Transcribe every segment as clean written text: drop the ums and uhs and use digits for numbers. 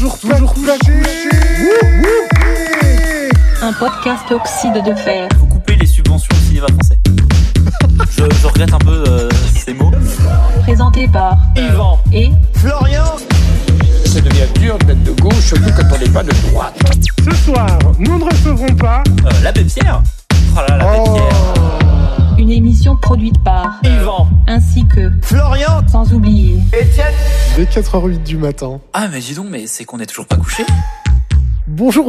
toujours pas couché. Un podcast oxyde de fer. Faut couper les subventions au cinéma français. Je regrette un peu ces mots. Présenté par Yvan et Florian. Ça devient dur d'être de gauche, surtout quand on n'est pas de droite. Ce soir, nous ne recevrons pas l'abbé Pierre. Oh là là, l'abbé Pierre. une émission produite par Yvan ainsi que Florian. sans oublier Étienne. dès 4h08 du matin. Ah mais dis donc, mais c'est qu'on est toujours pas couché. Bonjour.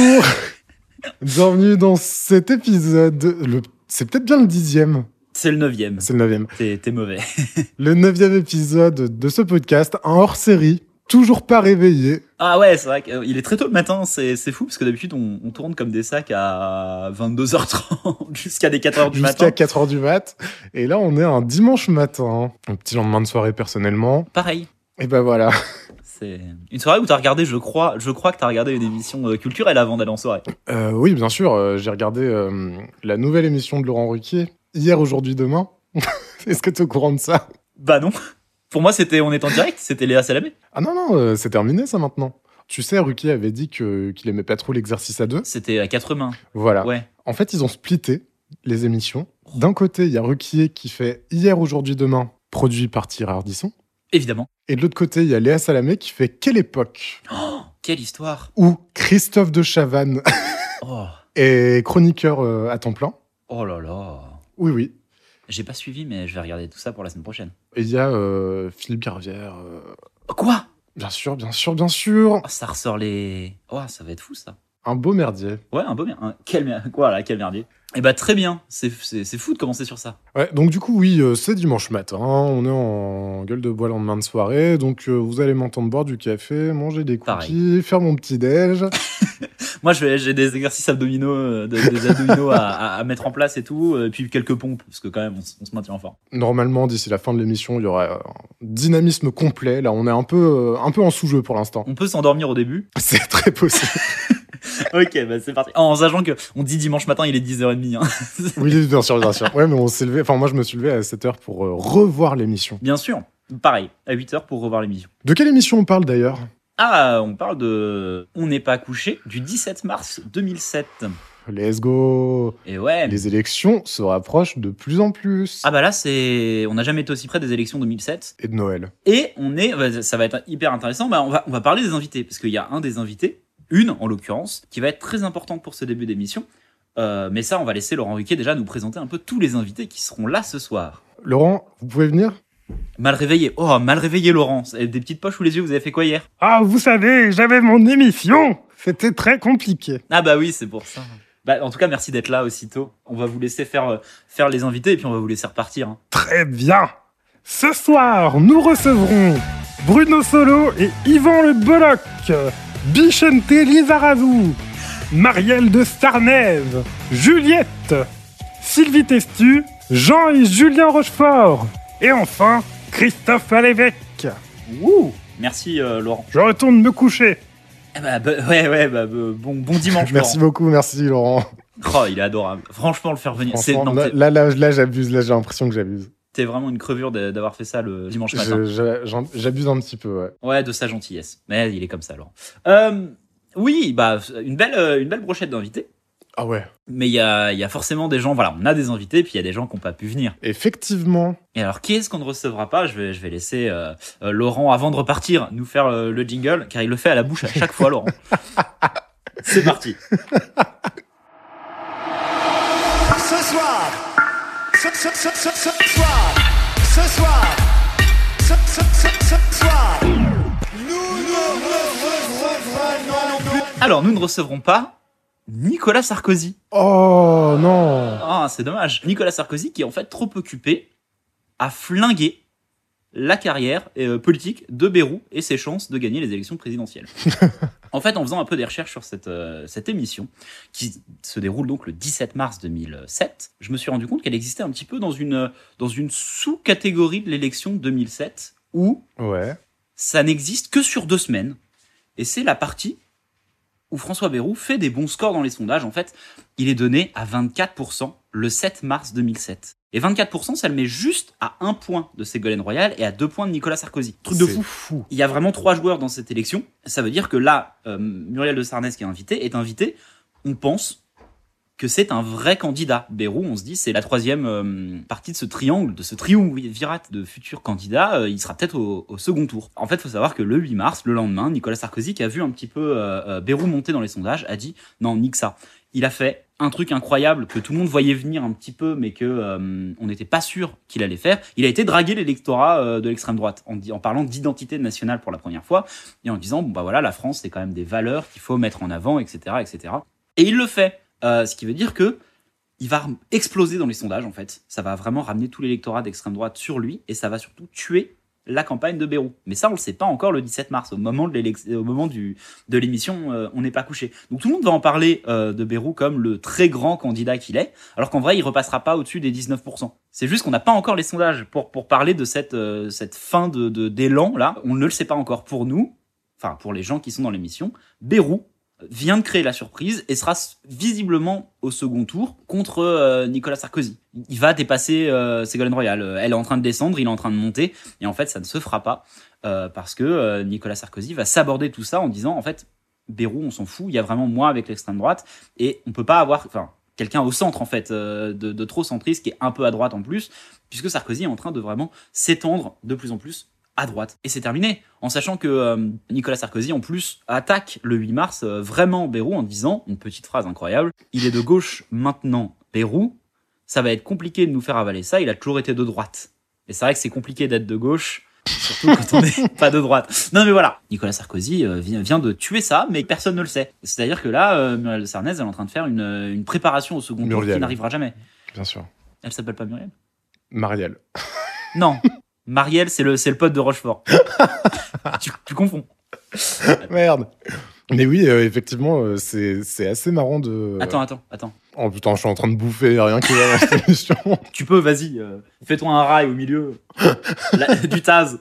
Bienvenue dans cet épisode. C'est peut-être bien le 10e. C'est le 9e. C'est le 9e. T'es mauvais. Le 9e épisode de ce podcast, un hors-série, toujours pas réveillé. Ah ouais, c'est vrai qu'il est très tôt le matin, c'est fou, parce que d'habitude on tourne comme des sacs à 22h30 jusqu'à des 4h du matin. Jusqu'à 4h du mat. Et là, on est un dimanche matin. Un petit lendemain de soirée, personnellement. Pareil. Et ben voilà. C'est une soirée où t'as regardé, je crois que t'as regardé une émission culturelle avant d'aller en soirée. Oui, bien sûr. J'ai regardé la nouvelle émission de Laurent Ruquier. Hier, aujourd'hui, demain. Est-ce que tu es au courant de ça? Bah non. Pour moi, on était en direct, c'était Léa Salamé. Ah non, c'est terminé ça maintenant. Tu sais, Ruquier avait dit qu'il aimait pas trop l'exercice à deux. C'était à quatre mains. Voilà. Ouais. En fait, ils ont splitté les émissions. D'un côté, il y a Ruquier qui fait Hier, aujourd'hui, demain, produit par Thierry Ardisson. Évidemment. Et de l'autre côté, il y a Léa Salamé qui fait Quelle époque, Oh, quelle histoire. où Christophe de Chavannes Oh, est chroniqueur à temps plein. oh là là. Oui. J'ai pas suivi, mais je vais regarder tout ça pour la semaine prochaine. Et il y a Philippe Garvière. Quoi? Bien sûr. Oh, ça ressort les... Oh, ça va être fou, ça. Un beau merdier. Ouais, un beau merdier. Quel merdier. Eh bah, très bien. C'est fou de commencer sur ça. Ouais, donc du coup, oui, c'est dimanche matin, on est en gueule de bois lendemain de soirée, donc vous allez m'entendre boire du café, manger des cookies, Pareil. faire mon petit-déj. Moi, j'ai des exercices abdominaux, des abdominaux à mettre en place et tout, et puis quelques pompes, parce que quand même, on se maintient en forme. Normalement, d'ici la fin de l'émission, il y aura un dynamisme complet. Là, on est un peu en sous-jeu pour l'instant. On peut s'endormir au début. C'est très possible. Ok, bah c'est parti. En sachant que on dit dimanche matin, il est 10h30. Hein. Oui, bien sûr. Ouais, mais on s'est levé, moi je me suis levé à 7h pour revoir l'émission. Bien sûr. Pareil, à 8h pour revoir l'émission. De quelle émission on parle d'ailleurs? Ah, on parle de On n'est pas couché du 17 mars 2007. Let's go. Et ouais. Les élections se rapprochent de plus en plus. Ah bah là, on n'a jamais été aussi près des élections 2007. Et de Noël. Et ça va être hyper intéressant. Bah, on va parler des invités, parce qu'il y a un des invités, une en l'occurrence, qui va être très importante pour ce début d'émission. Mais ça, on va laisser Laurent Ruquier déjà nous présenter un peu tous les invités qui seront là ce soir. Laurent, vous pouvez venir? Mal réveillé. Oh, mal réveillé Laurent. Des petites poches sous les yeux, vous avez fait quoi hier? Ah, vous savez, j'avais mon émission. C'était très compliqué. Ah bah oui, c'est pour ça. Bah, en tout cas, merci d'être là aussitôt. On va vous laisser faire les invités et puis on va vous laisser repartir. Hein. Très bien. Ce soir, nous recevrons Bruno Solo et Yvan Le Bolloc, Bichente Lizarazu, Marielle de Starnève, Juliette, Sylvie Testu, Jean et Julien Rochefort, et enfin, Christophe Alévêque. Wouh! Merci Laurent. Je retourne me coucher. Eh bah, bon dimanche. Merci Laurent. beaucoup, merci Laurent. Oh, il est adorable. Franchement, le faire venir. Franchement, là, j'abuse. Là, j'ai l'impression que j'abuse. T'es vraiment une crevure d'avoir fait ça le dimanche matin. J'abuse un petit peu, ouais. Ouais, de sa gentillesse. Mais il est comme ça, Laurent. Oui, bah, une belle brochette d'invités. Ah ouais. Mais il y a forcément des gens, voilà, on a des invités, puis il y a des gens qui n'ont pas pu venir. Effectivement. Et alors, qui est-ce qu'on ne recevra pas? Je vais laisser Laurent, avant de repartir, nous faire le jingle, car il le fait à la bouche à chaque fois, Laurent. C'est parti. Ce soir. Alors, nous ne recevrons pas Nicolas Sarkozy. Oh non. Ah, c'est dommage. Nicolas Sarkozy qui est en fait trop occupé à flinguer la carrière politique de Bayrou et ses chances de gagner les élections présidentielles. En fait, en faisant un peu des recherches sur cette émission, qui se déroule donc le 17 mars 2007, je me suis rendu compte qu'elle existait un petit peu dans une sous-catégorie de l'élection 2007, où ça n'existe que sur 2 semaines. Et c'est la partie où François Bayrou fait des bons scores dans les sondages. En fait, il est donné à 24% le 7 mars 2007. Et 24%, ça le met juste à 1 point de Ségolène Royal et à 2 points de Nicolas Sarkozy. Truc de fou. Il y a vraiment 3 joueurs dans cette élection. Ça veut dire que là, Muriel de Sarnez qui est invitée. On pense que c'est un vrai candidat. Bayrou, on se dit, c'est la 3e partie de ce triangle, de ce triumvirate de futurs candidats. Il sera peut-être au second tour. En fait, il faut savoir que le 8 mars, le lendemain, Nicolas Sarkozy, qui a vu un petit peu Bayrou monter dans les sondages, a dit « Non, nique ça ». Il a fait un truc incroyable que tout le monde voyait venir un petit peu, mais que on n'était pas sûr qu'il allait faire. Il a été draguer l'électorat de l'extrême droite en parlant d'identité nationale pour la première fois et en disant bon bah voilà, la France c'est quand même des valeurs qu'il faut mettre en avant, etc., etc. Et il le fait, ce qui veut dire que il va exploser dans les sondages en fait. Ça va vraiment ramener tout l'électorat d'extrême droite sur lui et ça va surtout tuer la campagne de Bayrou. Mais ça, on le sait pas encore le 17 mars. Au moment de l'émission, on n'est pas couché. Donc tout le monde va en parler de Bayrou comme le très grand candidat qu'il est, alors qu'en vrai, il repassera pas au-dessus des 19%. C'est juste qu'on n'a pas encore les sondages pour parler de cette fin d'élan, là. On ne le sait pas encore. Pour nous, enfin pour les gens qui sont dans l'émission, Bayrou vient de créer la surprise et sera visiblement au second tour contre Nicolas Sarkozy. Il va dépasser Ségolène Royal. Elle est en train de descendre, il est en train de monter. Et en fait, ça ne se fera pas parce que Nicolas Sarkozy va s'aborder tout ça en disant, en fait, Bayrou, on s'en fout, il y a vraiment moi avec l'extrême droite et on peut pas avoir... quelqu'un au centre, en fait, de trop centriste qui est un peu à droite en plus, puisque Sarkozy est en train de vraiment s'étendre de plus en plus à droite. Et c'est terminé, en sachant que Nicolas Sarkozy, en plus, attaque le 8 mars vraiment Bayrou en disant, une petite phrase incroyable, « Il est de gauche maintenant, Bayrou, ça va être compliqué de nous faire avaler ça, il a toujours été de droite. » Et c'est vrai que c'est compliqué d'être de gauche, surtout quand on n'est pas de droite. Non mais voilà, Nicolas Sarkozy vient de tuer ça, mais personne ne le sait. C'est-à-dire que là, Muriel de Sarnez, elle est en train de faire une préparation au second tour qui n'arrivera jamais. Bien sûr. Elle s'appelle pas Muriel ? Marielle. Non. Marielle, c'est le pote de Rochefort. tu confonds. Merde. Mais oui, effectivement, c'est assez marrant de... Attends. Oh putain, je suis en train de bouffer, rien qui va dans cette émission. Tu peux, vas-y, fais-toi un rail au milieu. Du Taz.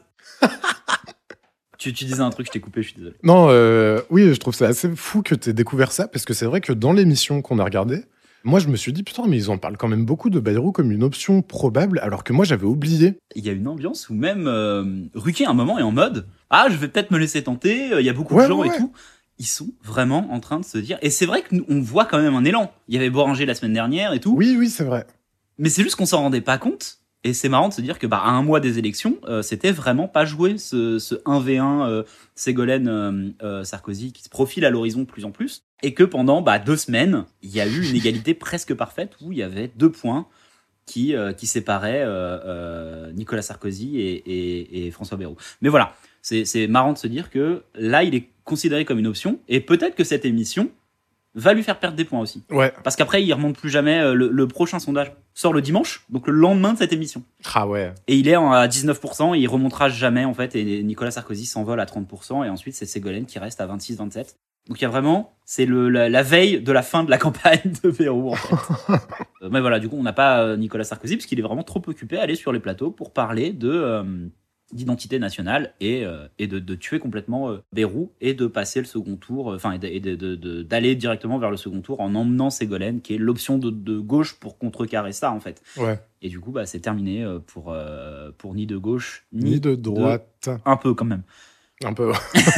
Tu disais un truc, je t'ai coupé, je suis désolé. Non, oui, je trouve ça assez fou que t'aies découvert ça, parce que c'est vrai que dans l'émission qu'on a regardée, moi, je me suis dit, putain, mais ils en parlent quand même beaucoup de Bayrou comme une option probable, alors que moi, j'avais oublié. Il y a une ambiance où même Ruquier, à un moment, est en mode « Ah, je vais peut-être me laisser tenter, il y a beaucoup de gens et tout ». Ils sont vraiment en train de se dire... Et c'est vrai qu'on voit quand même un élan. Il y avait Boringer la semaine dernière et tout. Oui, c'est vrai. Mais c'est juste qu'on s'en rendait pas compte. Et c'est marrant de se dire que à un mois des élections, c'était vraiment pas joué ce 1v1 Ségolène-Sarkozy qui se profile à l'horizon de plus en plus. Et que pendant 2 semaines, il y a eu une égalité presque parfaite où il y avait 2 points qui séparaient Nicolas Sarkozy et François Bayrou. Mais voilà, c'est marrant de se dire que là, il est considéré comme une option. Et peut-être que cette émission va lui faire perdre des points aussi. Ouais. Parce qu'après, il remonte plus jamais. Le prochain sondage sort le dimanche, donc le lendemain de cette émission. Ah ouais. Et il est à 19%, et il remontera jamais, en fait, et Nicolas Sarkozy s'envole à 30%, et ensuite, c'est Ségolène qui reste à 26-27%. Donc il y a vraiment, c'est la veille de la fin de la campagne de Bayrou, en fait. Mais voilà, du coup, on n'a pas Nicolas Sarkozy, parce qu'il est vraiment trop occupé à aller sur les plateaux pour parler d'identité nationale et de tuer complètement Bayrou et de passer le second tour, et d'aller directement vers le second tour en emmenant Ségolène, qui est l'option de gauche pour contrecarrer ça, en fait. Ouais. Et du coup, c'est terminé pour ni de gauche, ni de droite. Un peu, quand même. Un peu.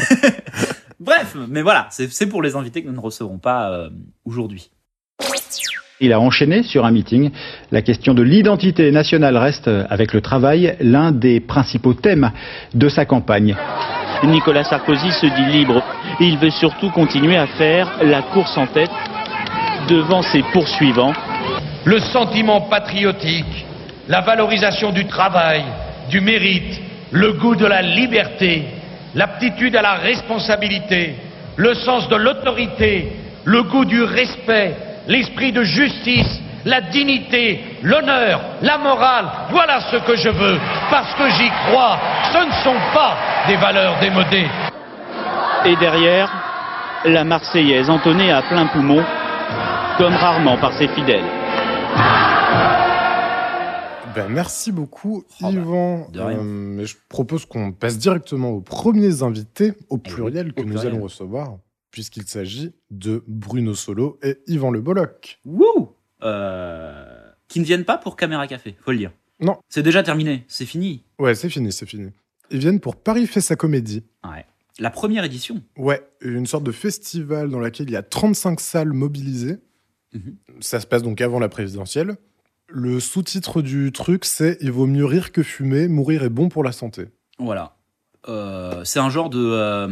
Bref, mais voilà, c'est pour les invités que nous ne recevrons pas aujourd'hui. Il a enchaîné sur un meeting. La question de l'identité nationale reste, avec le travail, l'un des principaux thèmes de sa campagne. Nicolas Sarkozy se dit libre. Il veut surtout continuer à faire la course en tête devant ses poursuivants. Le sentiment patriotique, la valorisation du travail, du mérite, le goût de la liberté, l'aptitude à la responsabilité, le sens de l'autorité, le goût du respect, l'esprit de justice, la dignité, l'honneur, la morale, voilà ce que je veux, parce que j'y crois. Ce ne sont pas des valeurs démodées. Et derrière, la Marseillaise entonnée à plein poumon, comme rarement par ses fidèles. Merci beaucoup, Yvan. Je propose qu'on passe directement aux premiers invités, au pluriel, que nous allons recevoir, puisqu'il s'agit de Bruno Solo et Yvan Le Bolloc. Wouh qui ne viennent pas pour Caméra Café, faut le dire. Non. C'est déjà terminé, c'est fini. Ouais, c'est fini. Ils viennent pour Paris fait sa comédie. Ouais. La première édition. Ouais, une sorte de festival dans laquelle il y a 35 salles mobilisées. Mhm. Ça se passe donc avant la présidentielle. Le sous-titre du truc, c'est « Il vaut mieux rire que fumer, mourir est bon pour la santé ». Voilà. C'est un genre de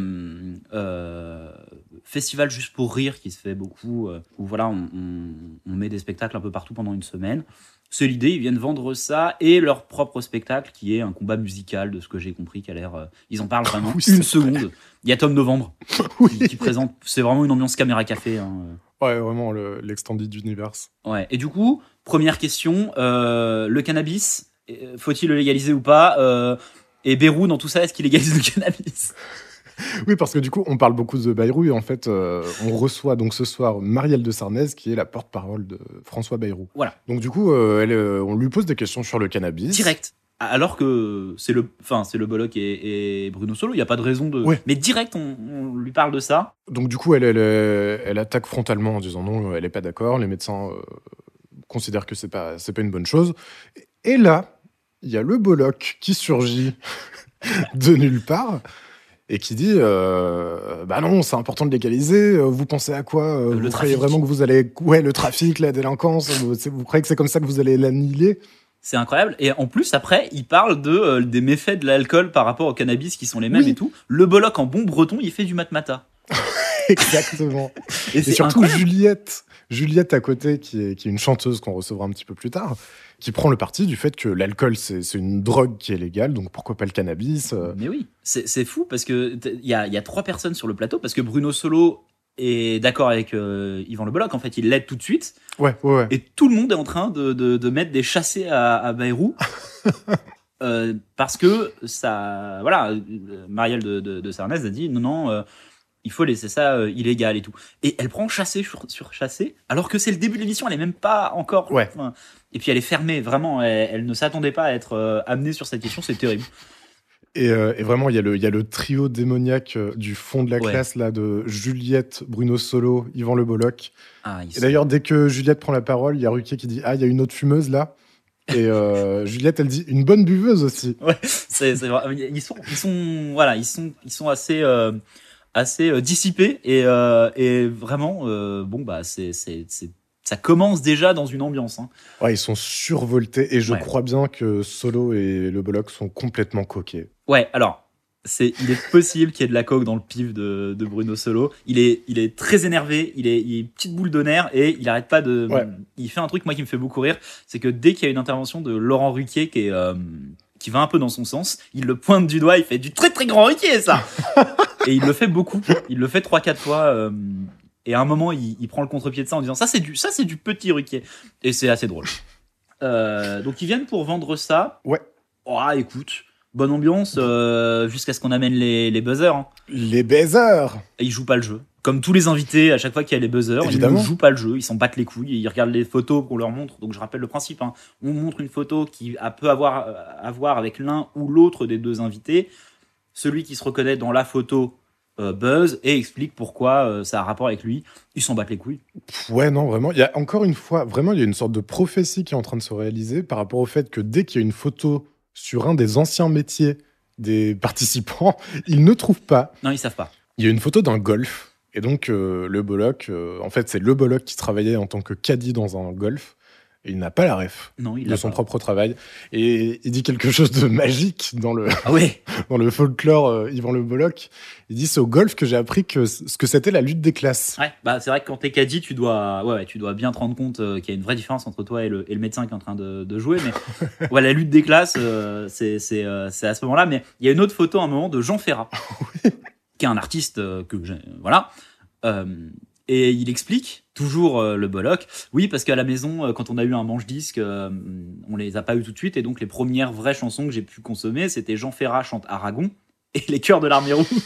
festival juste pour rire qui se fait beaucoup, où voilà, on met des spectacles un peu partout pendant une semaine. C'est l'idée, ils viennent vendre ça et leur propre spectacle qui est un combat musical, de ce que j'ai compris, qui a l'air... ils en parlent vraiment Oui, une c'est seconde. Il y a Tom Novembre Oui. qui présente... C'est vraiment une ambiance Caméra Café. Hein. Ouais, vraiment, l'extended universe. Ouais. Et du coup, première question, le cannabis, faut-il le légaliser ou pas et Bayrou, dans tout ça, est-ce qu'il légalise le cannabis? Oui, parce que du coup, on parle beaucoup de Bayrou et en fait, on reçoit donc ce soir Marielle de Sarnez, qui est la porte-parole de François Bayrou. Voilà. Donc du coup, on lui pose des questions sur le cannabis. Direct. Alors que c'est le Bollock et Bruno Solo, il n'y a pas de raison de... Ouais. Mais direct, on lui parle de ça. Donc du coup, elle attaque frontalement en disant non, elle n'est pas d'accord. Les médecins considèrent que c'est pas une bonne chose. Et là, il y a le Bollock qui surgit de nulle part et qui dit bah non, c'est important de légaliser. Vous pensez à quoi Le Vous croyez trafic. vraiment que vous allez... Ouais, le trafic, la délinquance, vous croyez que c'est comme ça que vous allez l'annihiler? C'est incroyable. Et en plus, après, il parle des méfaits de l'alcool par rapport au cannabis qui sont les mêmes Oui. et tout. Le Bollock, en bon breton, il fait du matmata. Exactement. Et Et c'est surtout incroyable. Juliette à côté, qui est une chanteuse qu'on recevra un petit peu plus tard, qui prend le parti du fait que l'alcool, c'est une drogue qui est légale, donc pourquoi pas le cannabis Mais oui, c'est fou parce que il y a 3 personnes sur le plateau, parce que Bruno Solo est d'accord avec Yvan Le Bollock, en fait, il l'aide tout de suite. Ouais. Et tout le monde est en train de mettre des chassés à Bayrou. Parce que ça, voilà, Marielle de Sarnez a dit non, il faut laisser ça illégal et tout. Et elle prend chassé sur chassé, alors que c'est le début de l'émission, elle est même pas encore. Ouais. Enfin, et puis elle est fermée, vraiment, elle ne s'attendait pas à être amenée sur cette question, c'est terrible. Et vraiment, il y a le trio démoniaque du fond de la Ouais. classe, là, de Juliette, Bruno Solo, Yvan Le Bollock. Ah, Et d'ailleurs, dès que Juliette prend la parole, il y a Ruquier qui dit « Ah, il y a une autre fumeuse, là ». Et Juliette, elle dit « Une bonne buveuse aussi ». Ouais, c'est vrai. Ils sont assez dissipés et vraiment ça commence déjà dans une ambiance. Hein. Ouais, ils sont survoltés et je Ouais. crois bien que Solo et Le Bollock sont complètement coqués. Ouais, alors il est possible qu'il y ait de la coke dans le pif de Bruno Solo. Il est très énervé, il est une petite boule de nerfs et il arrête pas de. Ouais. Il fait un truc moi qui me fait beaucoup rire, c'est que dès qu'il y a une intervention de Laurent Ruquier qui va un peu dans son sens, il le pointe du doigt, il fait du très très grand Ruquier ça. Et il le fait beaucoup, il le fait 3-4 fois. Et à un moment, il prend le contre-pied de ça en disant ça c'est du petit Ruquier. Et c'est assez drôle. Donc ils viennent pour vendre ça. Ouais. Oh, écoute, bonne ambiance jusqu'à ce qu'on amène les buzzers. Hein. Les baisers. Et ils jouent pas le jeu. Comme tous les invités, à chaque fois qu'il y a les buzzers, Évidemment. ils ne jouent pas le jeu, ils s'en battent les couilles, ils regardent les photos qu'on leur montre. Donc je rappelle le principe, hein. On montre une photo qui peut avoir à voir avec l'un ou l'autre des 2 invités. Celui qui se reconnaît dans la photo buzz et explique pourquoi ça a rapport avec lui. Ils s'en battent les couilles. Ouais, non, vraiment. Il y a encore une fois, vraiment, il y a une sorte de prophétie qui est en train de se réaliser par rapport au fait que dès qu'il y a une photo sur un des anciens métiers des participants, ils ne trouvent pas. Non, ils savent pas. Il y a une photo d'un golf. Et donc, le Bollock, en fait, c'est le Bollock qui travaillait en tant que caddie dans un golf. Et il n'a pas la ref Non, il de l'a son pas. propre travail. Et il dit quelque chose de magique dans le Ah ouais. dans le folklore Yvan Le Bollock. Il dit, c'est au golf que j'ai appris ce que c'était la lutte des classes. Ouais, bah c'est vrai que quand t'es caddie, tu dois bien te rendre compte qu'il y a une vraie différence entre toi et le médecin qui est en train de jouer. Mais ouais, la lutte des classes, c'est à ce moment-là. Mais il y a une autre photo à un moment de Jean Ferrat, qui est un artiste que j'ai, voilà. Et il explique, toujours le Bollock, oui, parce qu'à la maison, quand on a eu un manche-disque, on les a pas eu tout de suite, et donc les premières vraies chansons que j'ai pu consommer, c'était Jean Ferrat chante Aragon, et les chœurs de l'Armée Rouge.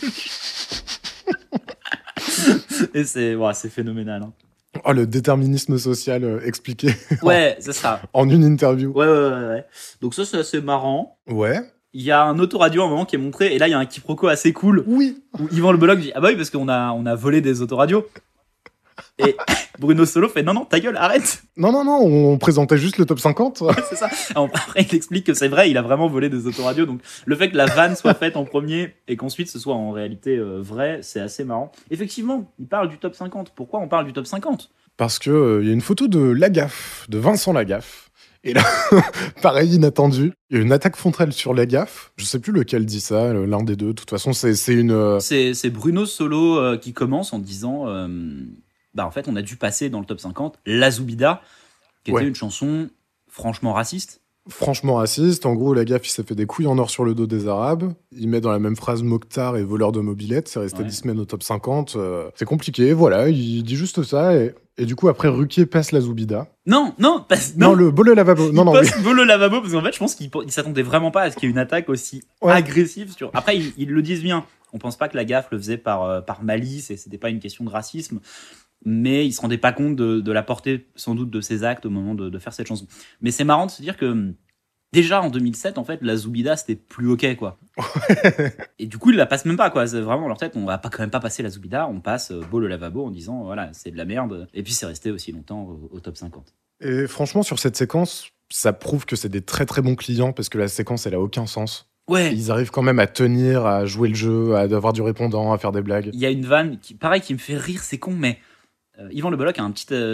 Et c'est phénoménal. Hein. Oh, le déterminisme social expliqué Ouais, c'est ça. en une interview. Ouais. Donc ça, c'est assez marrant. Ouais. Il y a un autoradio à un moment qui est montré, et là, il y a un quiproquo assez cool, Oui. où Yvan Le Bollock dit « Ah bah oui, parce qu'on a volé des autoradios. » Et Bruno Solo fait non, ta gueule, arrête. Non, on présentait juste le top 50. C'est ça. Alors, après, il explique que c'est vrai, il a vraiment volé des autoradios. Donc, le fait que la vanne soit faite en premier et qu'ensuite ce soit en réalité vrai, c'est assez marrant. Effectivement, il parle du top 50. Pourquoi on parle du top 50 ? Parce que y a une photo de Lagaffe, de Vincent Lagaffe. Et là, pareil, inattendu, il y a une attaque frontale sur Lagaffe. Je sais plus lequel dit ça, l'un des deux. De toute façon, c'est une... C'est Bruno Solo qui commence en disant en fait, on a dû passer dans le top 50 La Zoubida, qui était une chanson franchement raciste. Franchement raciste. En gros, Lagaffe, il s'est fait des couilles en or sur le dos des Arabes. Il met dans la même phrase Mokhtar et voleur de mobilette. C'est resté 10 semaines au top 50. C'est compliqué, voilà. Il dit juste ça. Et du coup, après, Ruquier passe La Zoubida. Non, le bol le lavabo. Non, passe bol le lavabo, parce qu'en fait, je pense qu'il s'attendait vraiment pas à ce qu'il y ait une attaque aussi agressive. Après, ils le disent bien. On pense pas que Lagaffe le faisait par malice et c'était pas une question de racisme. Mais il se rendait pas compte de la portée, sans doute, de ses actes au moment de faire cette chanson. Mais c'est marrant de se dire que, déjà en 2007, en fait, La Zoubida, c'était plus ok, quoi. Et du coup, ils la passent même pas, quoi. C'est vraiment leur tête, on va quand même pas passer La Zoubida, on passe Beau le lavabo en disant, voilà, c'est de la merde. Et puis, c'est resté aussi longtemps au top 50. Et franchement, sur cette séquence, ça prouve que c'est des très très bons clients, parce que la séquence, elle a aucun sens. Ouais. Ils arrivent quand même à tenir, à jouer le jeu, à avoir du répondant, à faire des blagues. Il y a une vanne qui me fait rire, c'est con, mais Yvan Le Bolloc a une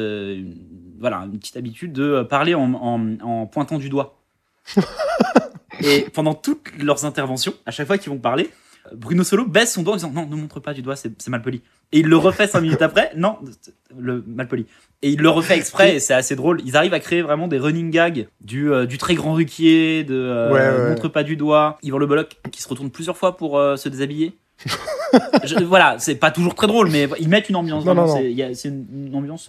petite habitude de parler en pointant du doigt. Et pendant toutes leurs interventions, à chaque fois qu'ils vont parler, Bruno Solo baisse son doigt en disant non, ne montre pas du doigt, c'est mal poli. Et il le refait 5 minutes après, non, le mal poli. Et il le refait exprès et c'est assez drôle. Ils arrivent à créer vraiment des running gags du très grand Ruquier, montre pas du doigt. Yvan Le Bolloc qui se retourne plusieurs fois pour se déshabiller. Voilà, c'est pas toujours très drôle, mais ils mettent une ambiance. C'est une ambiance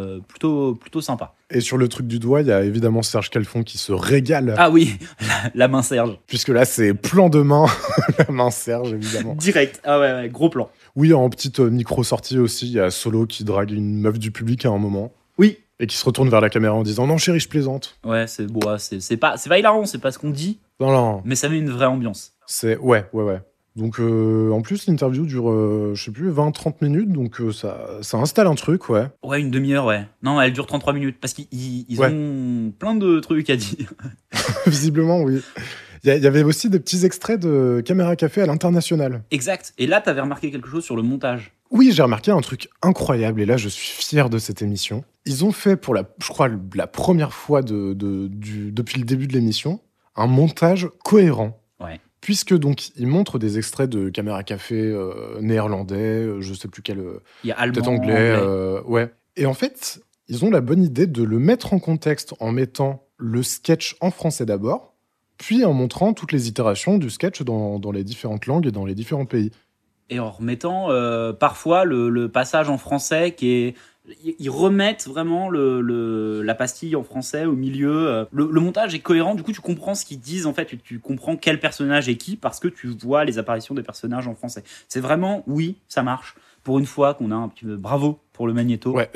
plutôt sympa. Et sur le truc du doigt, il y a évidemment Serge Calfon qui se régale. Ah oui, la main Serge. Puisque là, c'est plan de main, la main Serge, évidemment. Direct, ah ouais, gros plan. Oui, en petite micro-sortie aussi, il y a Solo qui drague une meuf du public à un moment. Oui. Et qui se retourne vers la caméra en disant « Non, chérie, je plaisante ». Ouais, c'est pas hilarant, c'est pas ce qu'on dit. Non. Mais ça met une vraie ambiance. Ouais. Donc, en plus, l'interview dure, je sais plus, 20-30 minutes, donc ça installe un truc, ouais. Ouais, une demi-heure, ouais. Non, elle dure 33 minutes, parce qu'ils ont plein de trucs à dire. Visiblement, oui. Il y avait aussi des petits extraits de Caméra Café à l'international. Exact. Et là, t'avais remarqué quelque chose sur le montage. Oui, j'ai remarqué un truc incroyable, et là, je suis fier de cette émission. Ils ont fait, pour je crois, la première fois depuis le début de l'émission, un montage cohérent. Ouais. Puisque donc ils montrent des extraits de Caméra Café néerlandais, je sais plus quel, il y a allemand, peut-être anglais. Ouais. Et en fait, ils ont la bonne idée de le mettre en contexte en mettant le sketch en français d'abord, puis en montrant toutes les itérations du sketch dans les différentes langues et dans les différents pays. Et en remettant parfois le passage en français qui est... Ils remettent vraiment la pastille en français au milieu. Le montage est cohérent, du coup tu comprends ce qu'ils disent en fait, tu comprends quel personnage est qui parce que tu vois les apparitions des personnages en français. C'est vraiment, oui, ça marche. Pour une fois qu'on a un petit bravo pour le Magnéto. Ouais,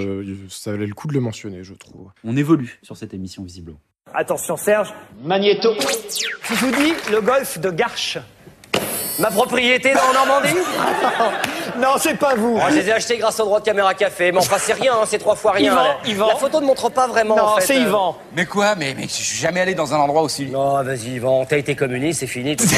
ça valait le coup de le mentionner, je trouve. On évolue sur cette émission visiblement. Attention Serge. Magnéto. Je vous dis le golfe de Garches. Ma propriété en Normandie. Non, c'est pas vous. Oh, je les ai achetés grâce au droit de Caméra Café. Mais enfin, c'est rien, hein, c'est 3 fois rien. Yvan. La photo ne montre pas vraiment, non, en fait. c'est Yvan. Mais quoi mais je suis jamais allé dans un endroit aussi... Non, vas-y, Yvan, t'as été communiste, c'est fini. Tu peux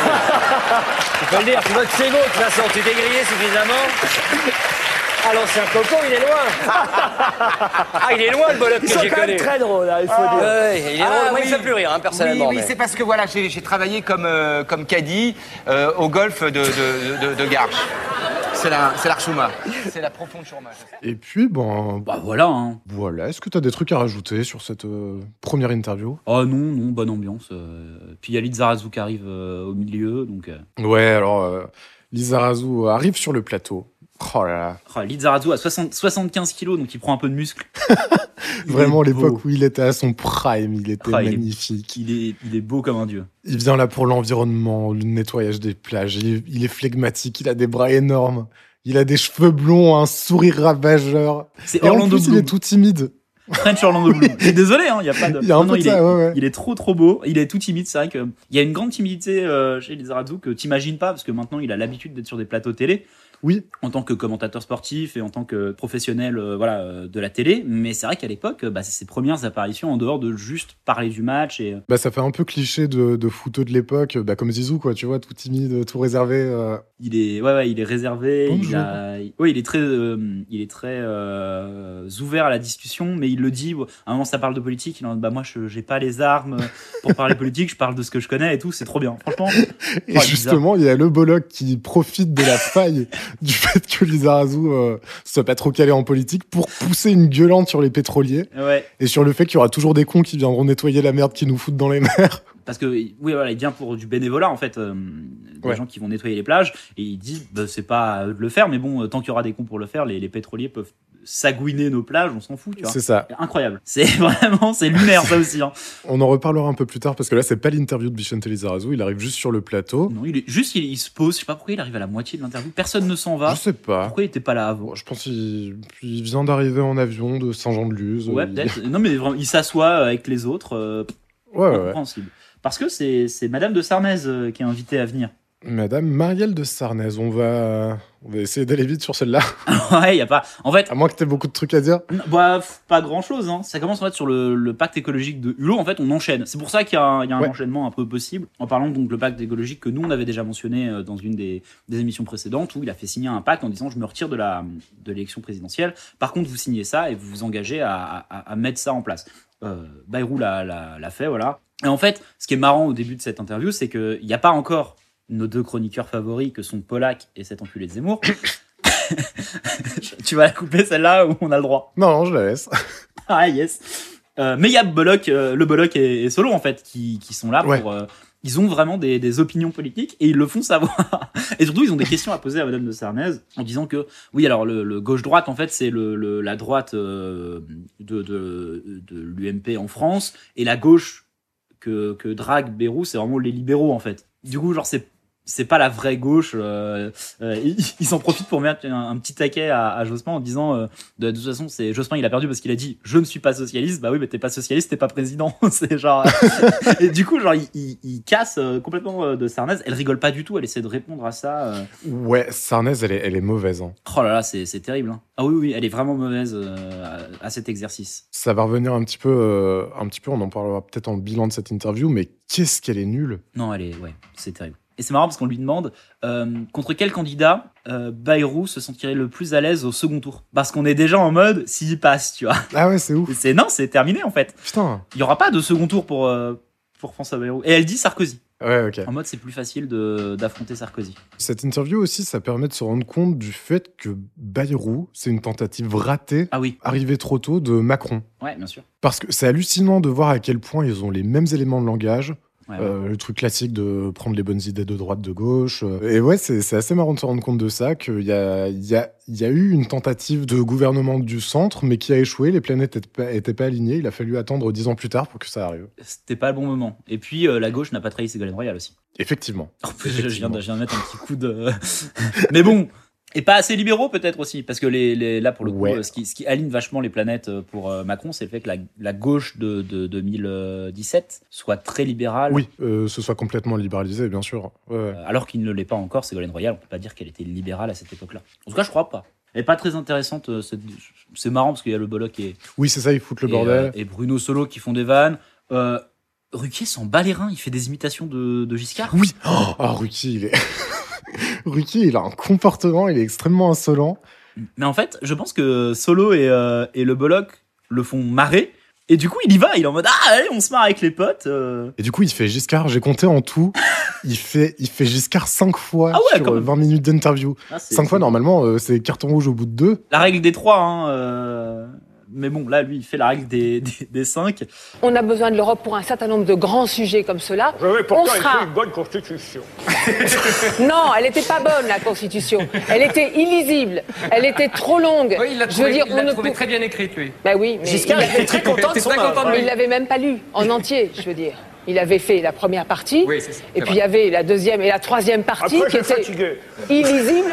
le dire, tu votes c'est beau, de toute façon, tu t'es grillé suffisamment. Ah, l'ancien coco, il est loin. Ah, il est loin, le Bolloc que j'ai connu. Ils sont quand même très drôles, hein, il faut dire. Ouais, il est drôle, moi, il me fait plus rire, hein, personnellement. Oui, c'est parce que voilà, j'ai travaillé comme caddie au golfe de Garches. C'est l'Archouma. C'est la profonde Chourma. Et puis, voilà. Hein. Voilà. Est-ce que tu as des trucs à rajouter sur cette première interview ? Oh non, bonne ambiance. Puis il y a Lizarazu qui arrive au milieu, donc... Ouais, alors, Lizarazu arrive sur le plateau. Oh là là. Lizarazu a 75 kilos, donc il prend un peu de muscle. Vraiment, l'époque où il était à son prime, il était magnifique. Il est beau comme un dieu. Il vient là pour l'environnement, le nettoyage des plages. Il est flegmatique, il a des bras énormes. Il a des cheveux blonds, un sourire ravageur. C'est Et Orlando en plus, Bloom. il est tout timide. French Orlando Bloom. Désolé, hein, il y a pas de... Il y a un peu de ça, ouais. Il est trop beau, il est tout timide, c'est vrai qu'il y a une grande timidité chez Lizarazu que t'imagines pas, parce que maintenant il a l'habitude d'être sur des plateaux télé. Oui. En tant que commentateur sportif et en tant que professionnel de la télé. Mais c'est vrai qu'à l'époque, c'est ses premières apparitions en dehors de juste parler du match. Et... ça fait un peu cliché de footeux de l'époque, comme Zizou, quoi, tu vois, tout timide, tout réservé. Il est réservé. Il est très ouvert à la discussion, mais il le dit. À un moment, ça parle de politique. Il en dit, moi, j'ai pas les armes pour parler politique. Je parle de ce que je connais et tout. C'est trop bien, franchement. Et justement, il y a le Bollock qui profite de la faille du fait que Lizarazu soit pas trop calé en politique pour pousser une gueulante sur les pétroliers et sur le fait qu'il y aura toujours des cons qui viendront nettoyer la merde qu'ils nous foutent dans les mers. Parce que il vient pour du bénévolat en fait, des gens qui vont nettoyer les plages et il dit c'est pas de le faire, mais bon, tant qu'il y aura des cons pour le faire, les pétroliers peuvent sagouiner nos plages, on s'en fout, tu vois. C'est ça. Incroyable. C'est lunaire ça aussi. Hein. On en reparlera un peu plus tard parce que là c'est pas l'interview de Vicente Lizarazu, il arrive juste sur le plateau. Non, il se pose, je sais pas pourquoi il arrive à la moitié de l'interview, personne ne s'en va. Je sais pas. Pourquoi il était pas là avant? Je pense qu'il vient d'arriver en avion de Saint-Jean-de-Luz. Ouais, peut-être. Non mais vraiment, il s'assoit avec les autres. Incompréhensible. Parce que c'est Madame de Sarnez qui est invitée à venir. Madame Marielle de Sarnez, on va essayer d'aller vite sur celle-là. Ouais, y a pas. En fait, à moins que t'aies beaucoup de trucs à dire. Pas grand-chose. Hein. Ça commence en fait sur le pacte écologique de Hulot. En fait, on enchaîne. C'est pour ça qu'il y a un enchaînement un peu possible. En parlant donc le pacte écologique que nous on avait déjà mentionné dans une des émissions précédentes où il a fait signer un pacte en disant je me retire de l'élection présidentielle. Par contre, vous signez ça et vous vous engagez à mettre ça en place. Bayrou l'a fait, voilà. Et en fait, ce qui est marrant au début de cette interview, c'est qu'il n'y a pas encore nos deux chroniqueurs favoris que sont Pollack et cet enculé de Zemmour. Tu vas la couper celle-là ou on a le droit? Non, je la laisse. Ah yes. Mais il y a le Bollock et Solo en fait qui sont là pour... ils ont vraiment des opinions politiques et ils le font savoir. Et surtout, ils ont des questions à poser à Madame de Sarnez en disant que, oui, alors le gauche-droite, en fait, c'est la droite de l'UMP en France et la gauche que drague Bayrou, c'est vraiment les libéraux, en fait. Du coup, genre, c'est pas la vraie gauche. Ils s'en profitent pour mettre un petit taquet à Jospin en disant de toute façon, c'est Jospin, il a perdu parce qu'il a dit je ne suis pas socialiste. Bah oui, mais t'es pas socialiste, t'es pas président. C'est genre. Et du coup, genre, il casse complètement de Sarnez. Elle rigole pas du tout. Elle essaie de répondre à ça. Ouais, Sarnez, elle est mauvaise. Hein. Oh là là, c'est terrible. Hein. Ah oui, elle est vraiment mauvaise à cet exercice. Ça va revenir un petit peu. On en parlera peut-être en bilan de cette interview, mais qu'est-ce qu'elle est nulle. Non, c'est terrible. Et c'est marrant parce qu'on lui demande contre quel candidat Bayrou se sentirait le plus à l'aise au second tour. Parce qu'on est déjà en mode s'il passe, tu vois. Ah ouais, c'est ouf. C'est terminé en fait. Putain. Il n'y aura pas de second tour pour François Bayrou. Et elle dit Sarkozy. Ouais, ok. En mode c'est plus facile d'affronter Sarkozy. Cette interview aussi, ça permet de se rendre compte du fait que Bayrou, c'est une tentative ratée, arrivée trop tôt, de Macron. Ouais, bien sûr. Parce que c'est hallucinant de voir à quel point ils ont les mêmes éléments de langage. Le truc classique de prendre les bonnes idées de droite, de gauche. Et ouais, c'est assez marrant de se rendre compte de ça, qu'il y a eu une tentative de gouvernement du centre, mais qui a échoué. Les planètes étaient pas alignées. Il a fallu attendre 10 ans plus tard pour que ça arrive. C'était pas le bon moment. Et puis, la gauche n'a pas trahi Ségolène Royal aussi. Effectivement. En plus, je viens de mettre un petit coup de... Mais bon... Et pas assez libéraux peut-être aussi, parce que là pour le coup, ce qui aligne vachement les planètes pour Macron, c'est le fait que la gauche de 2017 soit très libérale. Oui, ce soit complètement libéralisé, bien sûr. Ouais. Alors qu'il ne l'est pas encore, Ségolène Royal, on peut pas dire qu'elle était libérale à cette époque-là. En tout cas, je crois pas. Elle est pas très intéressante. C'est marrant parce qu'il y a le Bollock et... Oui, c'est ça, ils foutent le bordel. Et Bruno Solo qui font des vannes. Ruquier s'en bat les reins, il fait des imitations de Giscard. Oui. Ruquier, Ruquier, il a un comportement, il est extrêmement insolent. Mais en fait, je pense que Solo et le Bollock le font marrer. Et du coup, il y va, il est en mode allez, on se marre avec les potes. Et du coup, il fait Giscard, j'ai compté en tout, il fait Giscard 5 fois sur 20 minutes d'interview. 5 fois, normalement, c'est carton rouge au bout de 2. La règle des 3, hein. Mais bon, là, lui, il fait la règle des 5. On a besoin de l'Europe pour un certain nombre de grands sujets comme cela. J'avais pourtant écrit une bonne constitution. Non, elle n'était pas bonne, la constitution. Elle était illisible. Elle était trop longue. Oui, il l'a trouvé très bien écrite, lui. Bah oui, mais Giscard était très content de son œuvre. Mais il l'avait même pas lu en entier, je veux dire. Il avait fait la première partie, et puis il y avait la deuxième et la troisième partie qui étaient illisibles.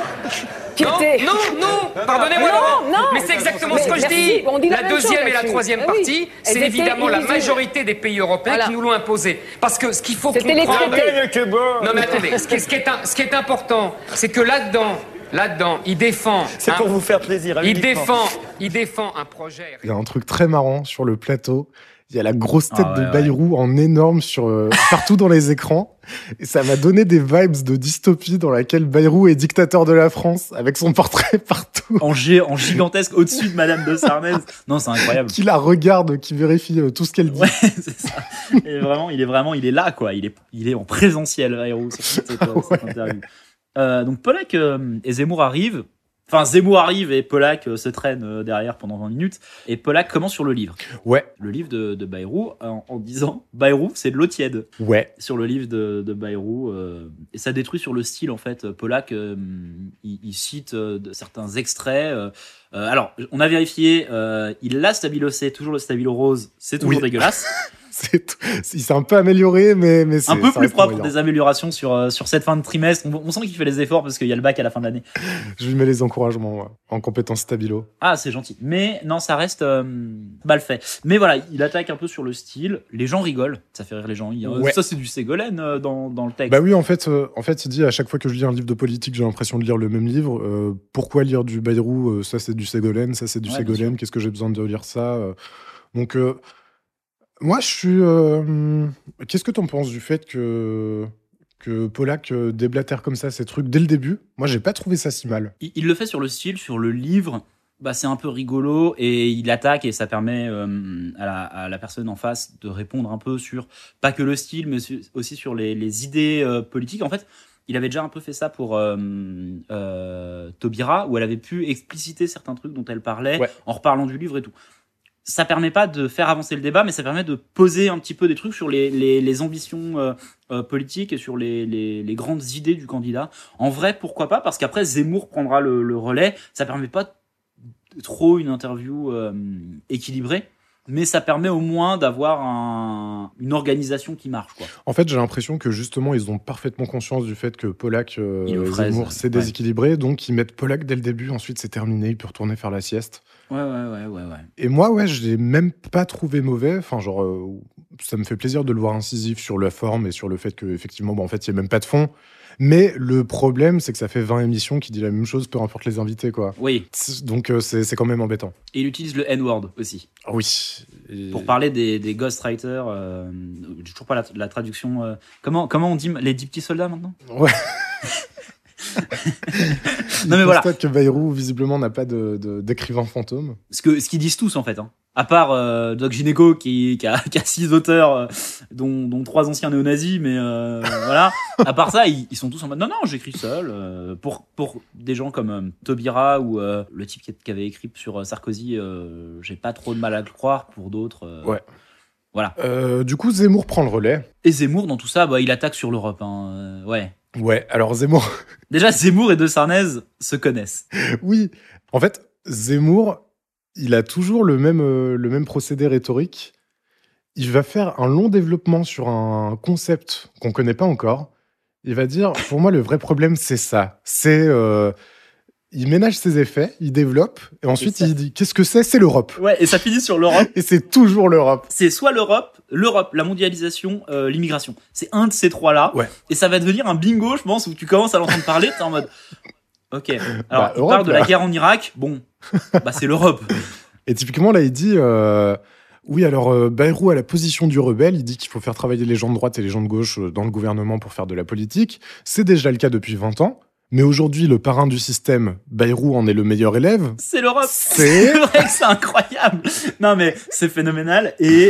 Non, pardonnez-moi, Laurent, mais c'est exactement ce que je dis. La deuxième et la troisième partie, c'est évidemment la majorité des pays européens qui nous l'ont imposé. Parce que ce qu'il faut comprendre... C'était les traités. Non mais attendez, ce qui est important, c'est que là-dedans, là-dedans, il défend. C'est pour vous faire plaisir. Il défend un projet. Il y a un truc très marrant sur le plateau. Il y a la grosse tête de Bayrou en énorme partout dans les écrans. Et ça m'a donné des vibes de dystopie dans laquelle Bayrou est dictateur de la France avec son portrait partout. En gigantesque au-dessus de Madame de Sarnez. Non, c'est incroyable. Qui la regarde, qui vérifie tout ce qu'elle dit. Ouais, c'est ça. Et vraiment, il est là, quoi. Il est en présentiel, Bayrou, sur cette interview. Donc Pollack et Zemmour arrivent. Enfin, Zemmour arrive et Pollack se traîne derrière pendant 20 minutes. Et Pollack commence sur le livre. Ouais. Le livre de Bayrou en disant Bayrou, c'est de l'eau tiède. Ouais. Sur le livre de Bayrou. Et ça détruit sur le style, en fait. Pollack, il cite certains extraits. Alors, on a vérifié. Il l'a stabilocé, toujours le stabilo rose. C'est toujours dégueulasse. Il s'est un peu amélioré, mais c'est un peu plus propre, des améliorations sur cette fin de trimestre. On sent qu'il fait les efforts parce qu'il y a le bac à la fin de l'année. Je lui mets les encouragements en compétences stabilo. Ah, c'est gentil. Mais non, ça reste mal fait. Mais voilà, il attaque un peu sur le style. Les gens rigolent. Ça fait rire les gens. Ça, c'est du Ségolène dans le texte. Bah oui, en fait, il dit à chaque fois que je lis un livre de politique, j'ai l'impression de lire le même livre. Pourquoi lire du Bayrou? Ça, c'est du Ségolène. Ça, c'est du Ségolène. Qu'est-ce que j'ai besoin de lire ça? Donc... moi, je suis... Qu'est-ce que t'en penses du fait que Pollack déblatère comme ça ces trucs dès le début? Moi, j'ai pas trouvé ça si mal. Il le fait sur le style, sur le livre. Bah, c'est un peu rigolo et il attaque et ça permet à la personne en face de répondre un peu sur, pas que le style, mais aussi sur les idées politiques. En fait, il avait déjà un peu fait ça pour Taubira, où elle avait pu expliciter certains trucs dont elle parlait en reparlant du livre et tout. Ça permet pas de faire avancer le débat, mais ça permet de poser un petit peu des trucs sur les ambitions politiques et sur les grandes idées du candidat. En vrai, pourquoi pas? Parce qu'après, Zemmour prendra le relais. Ça permet pas trop une interview équilibrée, mais ça permet au moins d'avoir une organisation qui marche, quoi. En fait, j'ai l'impression que justement, ils ont parfaitement conscience du fait que Pollack et Zemmour, c'est déséquilibré, donc ils mettent Pollack dès le début, ensuite c'est terminé, il peut retourner faire la sieste. Ouais. Et moi, je l'ai même pas trouvé mauvais. Enfin, ça me fait plaisir de le voir incisif sur la forme et sur le fait qu'effectivement, en fait, il n'y a même pas de fond. Mais le problème, c'est que ça fait 20 émissions qui disent la même chose, peu importe les invités, quoi. Oui. Donc, c'est quand même embêtant. Et il utilise le N-word aussi. Oui. Pour parler des ghostwriters, j'ai toujours pas la traduction. Comment on dit les 10 petits soldats maintenant? Ouais. Non mais voilà. Je constate que Bayrou visiblement n'a pas d'écrivain fantôme. Ce qu'ils disent tous en fait, hein. À part Doc Gynéco qui a 6 auteurs, dont 3 anciens néo-nazis, mais voilà. À part ça, ils sont tous en mode non, j'écris seul. Pour des gens comme Taubira ou le type qui avait écrit sur Sarkozy, j'ai pas trop de mal à le croire. Pour d'autres, ouais. Voilà. Du coup, Zemmour prend le relais. Et Zemmour, dans tout ça, il attaque sur l'Europe. Hein. Ouais. Ouais, alors Zemmour... Déjà, Zemmour et De Sarnez se connaissent. Oui. En fait, Zemmour, il a toujours le même procédé rhétorique. Il va faire un long développement sur un concept qu'on connaît pas encore. Il va dire, pour moi, le vrai problème, c'est ça. C'est... il ménage ses effets, il développe, et ensuite il dit qu'est-ce que c'est? C'est l'Europe. Ouais, et ça finit sur l'Europe. Et c'est toujours l'Europe. C'est soit l'Europe, la mondialisation, l'immigration. C'est un de ces trois-là. Ouais. Et ça va devenir un bingo, je pense, où tu commences à l'entendre parler, t'es en mode ok. Alors, il parle de la guerre en Irak, bon, c'est l'Europe. Et typiquement, là, il dit oui, alors Bayrou a la position du rebelle, il dit qu'il faut faire travailler les gens de droite et les gens de gauche dans le gouvernement pour faire de la politique. C'est déjà le cas depuis 20 ans. Mais aujourd'hui, le parrain du système, Bayrou en est le meilleur élève. C'est l'Europe. C'est vrai que c'est incroyable. Non, mais c'est phénoménal. Et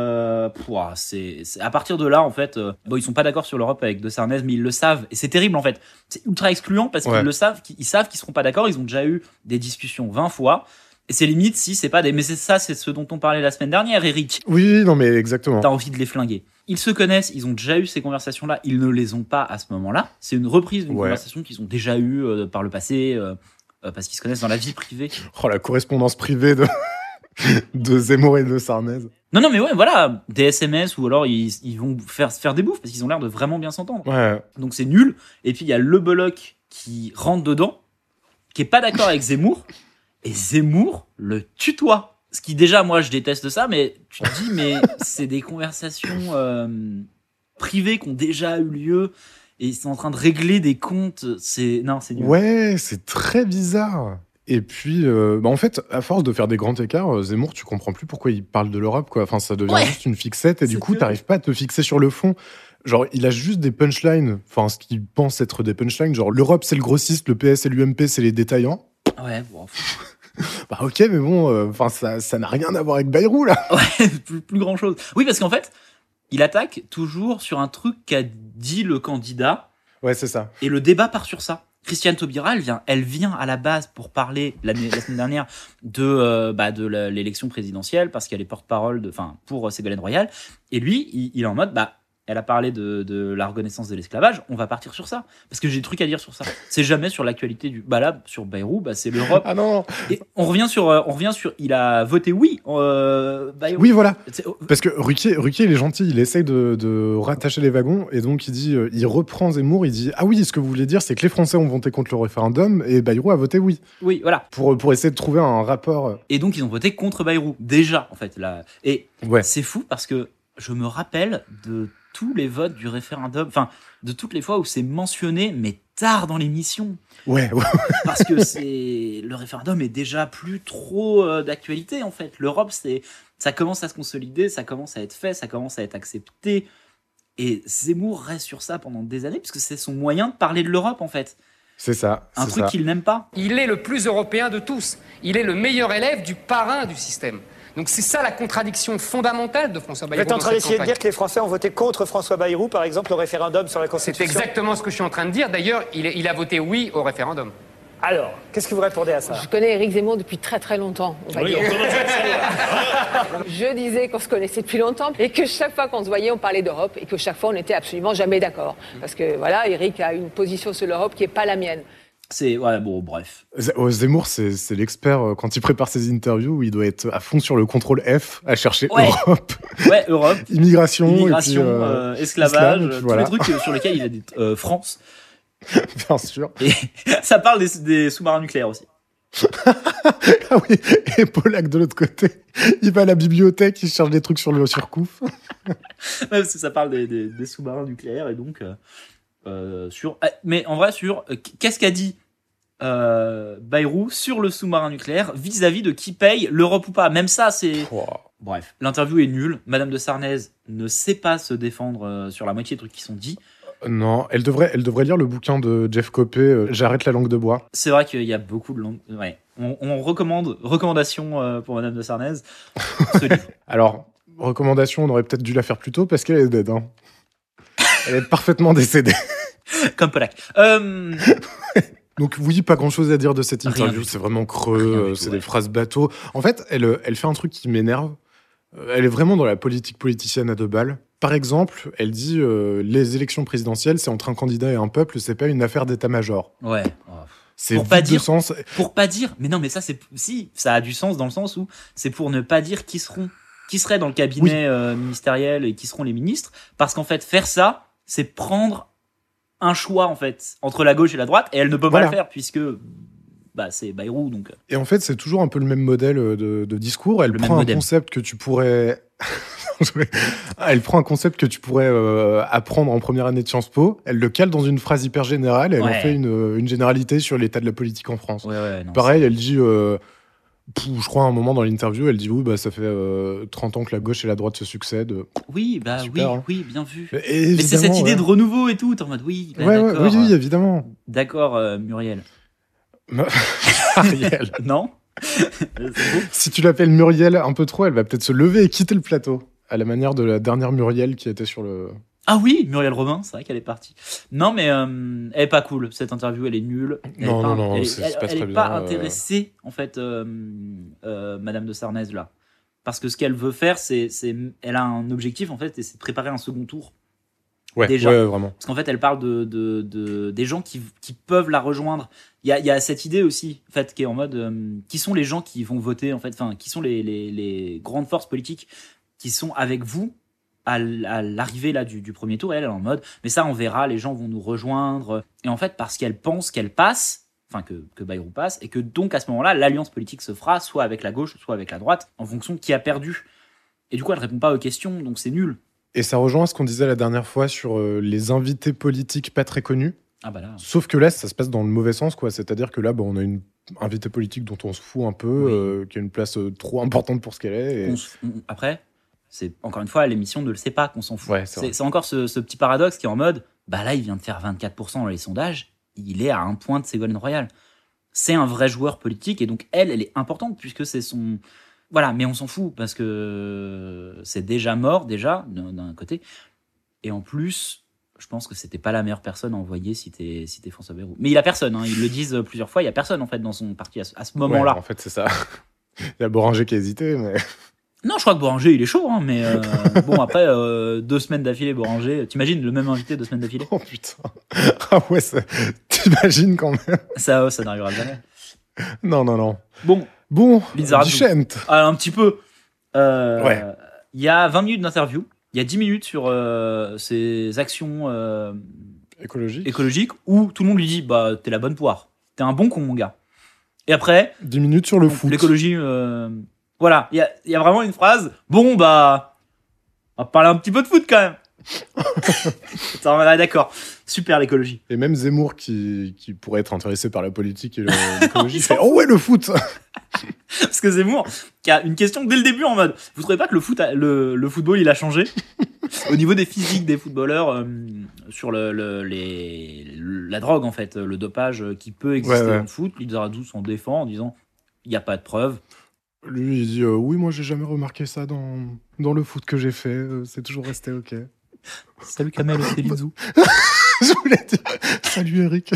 c'est à partir de là, en fait, ils sont pas d'accord sur l'Europe avec De Sarnez, mais ils le savent. Et c'est terrible, en fait. C'est ultra excluant parce qu'ils le savent, ils savent qu'ils seront pas d'accord. Ils ont déjà eu des discussions 20 fois. Et c'est limite si c'est pas des... Mais c'est ce dont on parlait la semaine dernière, Eric. Oui, non, mais exactement. T'as envie de les flinguer. Ils se connaissent, ils ont déjà eu ces conversations-là, ils ne les ont pas à ce moment-là. C'est une reprise d'une conversation qu'ils ont déjà eue par le passé, parce qu'ils se connaissent dans la vie privée. Oh, la correspondance privée de Zemmour et de Sarnez. Non, mais ouais, voilà, des SMS, ou alors ils vont faire des bouffes, parce qu'ils ont l'air de vraiment bien s'entendre. Ouais. Donc c'est nul. Et puis il y a le Bollock qui rentre dedans, qui est pas d'accord avec Zemmour, et Zemmour le tutoie. Ce qui, déjà, moi, je déteste ça, mais tu te dis, mais c'est des conversations privées qui ont déjà eu lieu. et ils sont en train de régler des comptes. C'est nul. Ouais, c'est très bizarre. Et puis, en fait, à force de faire des grands écarts, Zemmour, tu comprends plus pourquoi il parle de l'Europe, quoi. Enfin, ça devient juste une fixette, et du coup, t'arrives pas à te fixer sur le fond. Genre, il a juste des punchlines, enfin, ce qu'il pense être des punchlines, genre, l'Europe, c'est le grossiste, le PS et l'UMP, c'est les détaillants. Ouais, bon. Bah, ok, mais bon, ça n'a rien à voir avec Bayrou, là. Ouais, plus grand chose. Oui, parce qu'en fait, il attaque toujours sur un truc qu'a dit le candidat. Ouais, c'est ça. Et le débat part sur ça. Christiane Taubira, elle vient à la base pour parler la semaine dernière de l'élection présidentielle parce qu'elle est porte-parole pour Ségolène Royal. Et lui, il est en mode, elle a parlé de la reconnaissance de l'esclavage, on va partir sur ça. Parce que j'ai des trucs à dire sur ça. C'est jamais sur l'actualité là, sur Bayrou, c'est l'Europe. Ah non. Et on revient sur, il a voté oui, Bayrou. Oui, voilà. Parce que Ruquier, il est gentil, il essaye de rattacher les wagons, et donc il reprend Zemmour, il dit, ah oui, ce que vous voulez dire, c'est que les Français ont voté contre le référendum, et Bayrou a voté oui. Oui, voilà. Pour essayer de trouver un rapport. Et donc, ils ont voté contre Bayrou, déjà, en fait. Là. Et c'est fou, parce que je me rappelle de tous les votes du référendum, de toutes les fois où c'est mentionné, mais tard dans l'émission. Ouais. Parce que le référendum est déjà plus trop d'actualité, en fait. L'Europe, ça commence à se consolider, ça commence à être fait, ça commence à être accepté. Et Zemmour reste sur ça pendant des années, puisque c'est son moyen de parler de l'Europe, en fait. C'est ça. Un truc qu'il n'aime pas. Il est le plus européen de tous. Il est le meilleur élève du parrain du système. Donc c'est ça la contradiction fondamentale de François Bayrou. Vous êtes en train d'essayer de dire que les Français ont voté contre François Bayrou, par exemple, au référendum sur la Constitution? C'est exactement ce que je suis en train de dire. D'ailleurs, il a voté oui au référendum. Alors, qu'est-ce que vous répondez à ça? Je connais Éric Zemmour depuis très très longtemps, on va dire. Je disais qu'on se connaissait depuis longtemps et que chaque fois qu'on se voyait, on parlait d'Europe et que chaque fois, on n'était absolument jamais d'accord. Parce que voilà, Éric a une position sur l'Europe qui n'est pas la mienne. Bref. Zemmour, c'est l'expert quand il prépare ses interviews où il doit être à fond sur le contrôle F, à chercher Europe. Ouais, Europe. Immigration, esclavage, tous les trucs sur lesquels il a dit France. Bien sûr. Et ça parle des sous-marins nucléaires aussi. Ah oui, et Pollack de l'autre côté, il va à la bibliothèque, il cherche des trucs sur le surcouf. Parce que ça parle des sous-marins nucléaires et donc mais en vrai qu'est-ce qu'a dit Bayrou sur le sous-marin nucléaire vis-à-vis de qui paye, l'Europe ou pas. Même ça, c'est... Bref, l'interview est nulle. Madame de Sarnez ne sait pas se défendre sur la moitié des trucs qui sont dits. Non, elle devrait lire le bouquin de Jeff Coppé, J'arrête la langue de bois. C'est vrai qu'il y a beaucoup de langues... Ouais. On recommandation pour Madame de Sarnez, ce livre. Alors, recommandation, on aurait peut-être dû la faire plus tôt parce qu'elle est dead. Hein. Elle est parfaitement décédée. Comme Pollack. Donc oui, pas grand-chose à dire de cette interview. C'est vraiment creux, c'est des phrases bateau. En fait, elle fait un truc qui m'énerve. Elle est vraiment dans la politique politicienne à deux balles. Par exemple, elle dit les élections présidentielles, c'est entre un candidat et un peuple, c'est pas une affaire d'état-major. Ouais. C'est pour pas vide dire, de sens. Pour pas dire, mais non, mais ça ça a du sens dans le sens où c'est pour ne pas dire qui seraient dans le cabinet ministériel et qui seront les ministres, parce qu'en fait faire ça, c'est prendre un choix en fait entre la gauche et la droite, et elle ne peut pas le faire puisque c'est Bayrou donc. Et en fait, c'est toujours un peu le même modèle de discours. Elle prend un concept que tu pourrais apprendre en première année de Sciences Po, elle le cale dans une phrase hyper générale et elle en fait une généralité sur l'état de la politique en France. Pareil, elle dit je crois à un moment dans l'interview, elle dit ça fait 30 ans que la gauche et la droite se succèdent. Oui, super, hein. Oui, bien vu. Mais c'est cette idée de renouveau et tout, t'es en mode oui, évidemment. D'accord, Muriel. Ariel. Non. Si tu l'appelles Muriel un peu trop, elle va peut-être se lever et quitter le plateau, à la manière de la dernière Muriel qui était sur le... Ah oui, Muriel Robin, c'est vrai qu'elle est partie. Non, mais elle est pas cool, cette interview, elle est nulle. Elle est pas intéressée, en fait, Madame de Sarnez, là. Parce que ce qu'elle veut faire, elle a un objectif, en fait, et c'est de préparer un second tour. Déjà. Ouais, vraiment. Parce qu'en fait, elle parle des gens qui peuvent la rejoindre. Il y a cette idée aussi, en fait, qui est en mode qui sont les gens qui vont voter, en fait, qui sont les grandes forces politiques qui sont avec vous à l'arrivée là du premier tour. Elle est en mode, mais ça, on verra, les gens vont nous rejoindre. Et en fait, parce qu'elle pense qu'elle passe, que Bayrou passe, et que donc à ce moment-là, l'alliance politique se fera soit avec la gauche, soit avec la droite, en fonction de qui a perdu. Et du coup, elle répond pas aux questions, donc c'est nul. Et ça rejoint ce qu'on disait la dernière fois sur les invités politiques pas très connus. Ah bah là. Sauf que là, ça se passe dans le mauvais sens, quoi. C'est-à-dire que là, on a une invitée politique dont on se fout un peu, qui a une place trop importante pour ce qu'elle est. Après, c'est encore une fois, l'émission ne le sait pas qu'on s'en fout. Ouais, c'est encore ce petit paradoxe qui est en mode, bah là, il vient de faire 24% dans les sondages, il est à un point de Ségolène Royal. C'est un vrai joueur politique, et donc elle est importante, puisque c'est son... Voilà, mais on s'en fout, parce que c'est déjà mort, d'un côté. Et en plus... Je pense que c'était pas la meilleure personne à envoyer si t'es François Bayrou. Mais il a personne, hein. Ils le disent plusieurs fois, il y a personne en fait dans son parti à ce moment-là. Ouais, en fait, c'est ça. Il y a Boranger qui a hésité, mais... Non, je crois que Boranger, il est chaud, hein, mais bon, après, 2 semaines d'affilée, Boranger... T'imagines le même invité 2 semaines d'affilée ? Oh putain. Ah ouais, t'imagines quand même. Ça n'arrivera jamais. Non. Bon, Bichente. Un petit peu. Ouais. Il y a 20 minutes d'interview. Il y a 10 minutes sur ces actions écologiques où tout le monde lui dit bah t'es la bonne poire, t'es un bon con mon gars. Et après 10 minutes sur le foot. L'écologie, voilà, il y a vraiment une phrase. Bon bah on va parler un petit peu de foot quand même. D'accord, super l'écologie. Et même Zemmour qui pourrait être intéressé par la politique et l'écologie fait oh ouais le foot. Parce que Zemmour qui a une question dès le début en mode vous trouvez pas que le football il a changé au niveau des physiques des footballeurs sur la drogue en fait, le dopage qui peut exister dans le foot. Lizarazu s'en défend en disant il n'y a pas de preuves. Lui il dit oui moi j'ai jamais remarqué ça dans le foot que j'ai fait, c'est toujours resté ok. Salut Kamel, c'est Lizou. Je voulais dire salut Eric.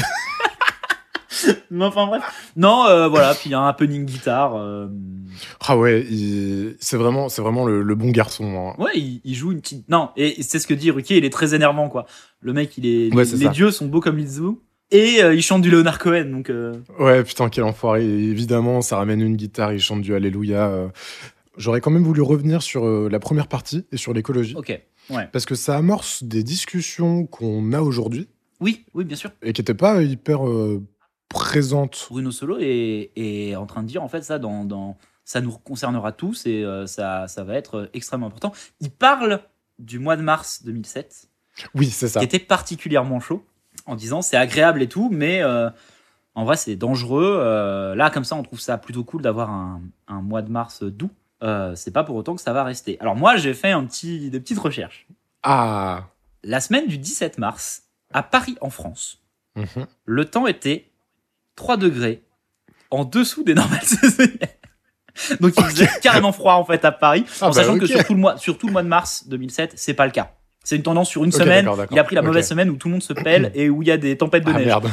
Mais enfin bref. Non, voilà, puis il y a un happening guitare. Ah ouais, c'est vraiment le bon garçon. Hein. Ouais, il joue une petite... Non, et c'est ce que dit Ruquier, il est très énervant, quoi. Le mec, les dieux sont beaux comme Lizou. Et il chante du Leonard Cohen, donc... Ouais, putain, quel enfoiré. Et évidemment, ça ramène une guitare, il chante du Alléluia. J'aurais quand même voulu revenir sur la première partie et sur l'écologie. Ok, ouais. Parce que ça amorce des discussions qu'on a aujourd'hui. Oui, bien sûr. Et qui n'étaient pas hyper présentes. Bruno Solo est en train de dire, en fait, ça, ça nous concernera tous et ça va être extrêmement important. Il parle du mois de mars 2007. Oui, c'est ça. Qui était particulièrement chaud, en disant c'est agréable et tout, mais en vrai, c'est dangereux. Là, comme ça, on trouve ça plutôt cool d'avoir un mois de mars doux. C'est pas pour autant que ça va rester. Alors moi, j'ai fait des petites recherches. Ah. La semaine du 17 mars, à Paris, en France, le temps était 3 degrés en dessous des normales saisonnières. Donc il faisait carrément froid en fait à Paris, en sachant que sur tout le mois de mars 2007, c'est pas le cas. C'est une tendance sur une semaine. D'accord. Il a pris la mauvaise semaine où tout le monde se pèle et où il y a des tempêtes de neige. Merde.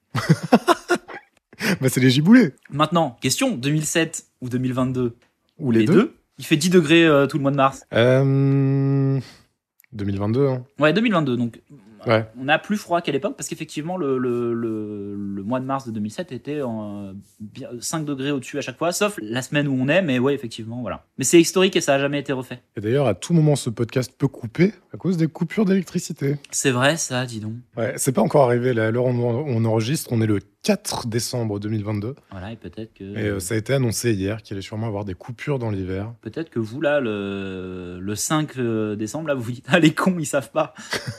Bah c'est les giboulées. Maintenant, question 2007 ou 2022 ou les deux. Il fait 10 degrés tout le mois de mars. 2022. Hein. Ouais, 2022. Donc, ouais. On a plus froid qu'à l'époque parce qu'effectivement, le mois de mars de 2007 était 5 degrés au-dessus à chaque fois, sauf la semaine où on est. Mais ouais, effectivement, voilà. Mais c'est historique et ça n'a jamais été refait. Et d'ailleurs, à tout moment, ce podcast peut couper à cause des coupures d'électricité. C'est vrai, ça, dis donc. Ouais, c'est pas encore arrivé. Là, à l'heure où on enregistre, on est le 4 décembre 2022. Voilà, et peut-être que... Et ça a été annoncé hier qu'il allait sûrement avoir des coupures dans l'hiver. Peut-être que vous, là, le 5 décembre, là, vous vous dites « Ah, les cons, ils savent pas !»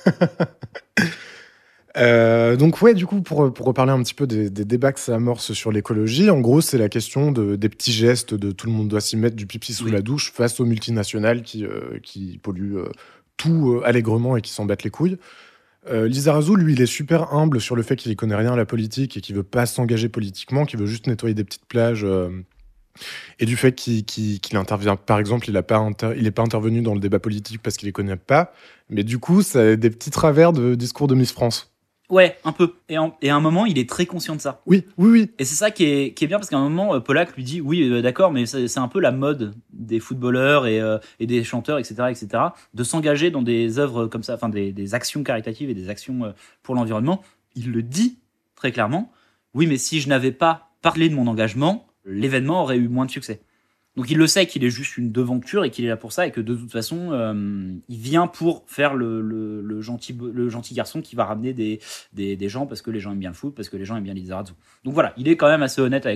Donc ouais, du coup, pour reparler un petit peu des débats que ça amorce sur l'écologie, en gros, c'est la question des petits gestes de tout le monde doit s'y mettre du pipi sous la douche face aux multinationales qui polluent tout allègrement et qui s'en battent les couilles. Lizarazu, lui, il est super humble sur le fait qu'il y connaît rien à la politique et qu'il veut pas s'engager politiquement, qu'il veut juste nettoyer des petites plages et du fait qu'il intervient. Par exemple, il est pas intervenu dans le débat politique parce qu'il les connaît pas, mais du coup, ça a des petits travers de discours de Miss France. Ouais, un peu. Et à un moment, il est très conscient de ça. Oui. Et c'est ça qui est bien, parce qu'à un moment, Pollack lui dit, oui, d'accord, mais c'est un peu la mode des footballeurs et des chanteurs, etc., de s'engager dans des œuvres comme ça, enfin des actions caritatives et des actions pour l'environnement. Il le dit très clairement. Oui, mais si je n'avais pas parlé de mon engagement, l'événement aurait eu moins de succès. Donc il le sait qu'il est juste une devanture et qu'il est là pour ça et que de toute façon, il vient pour faire le gentil garçon qui va ramener des gens parce que les gens aiment bien le foot, parce que les gens aiment bien Lizarazu. Donc voilà, il est quand même assez honnête avec ça.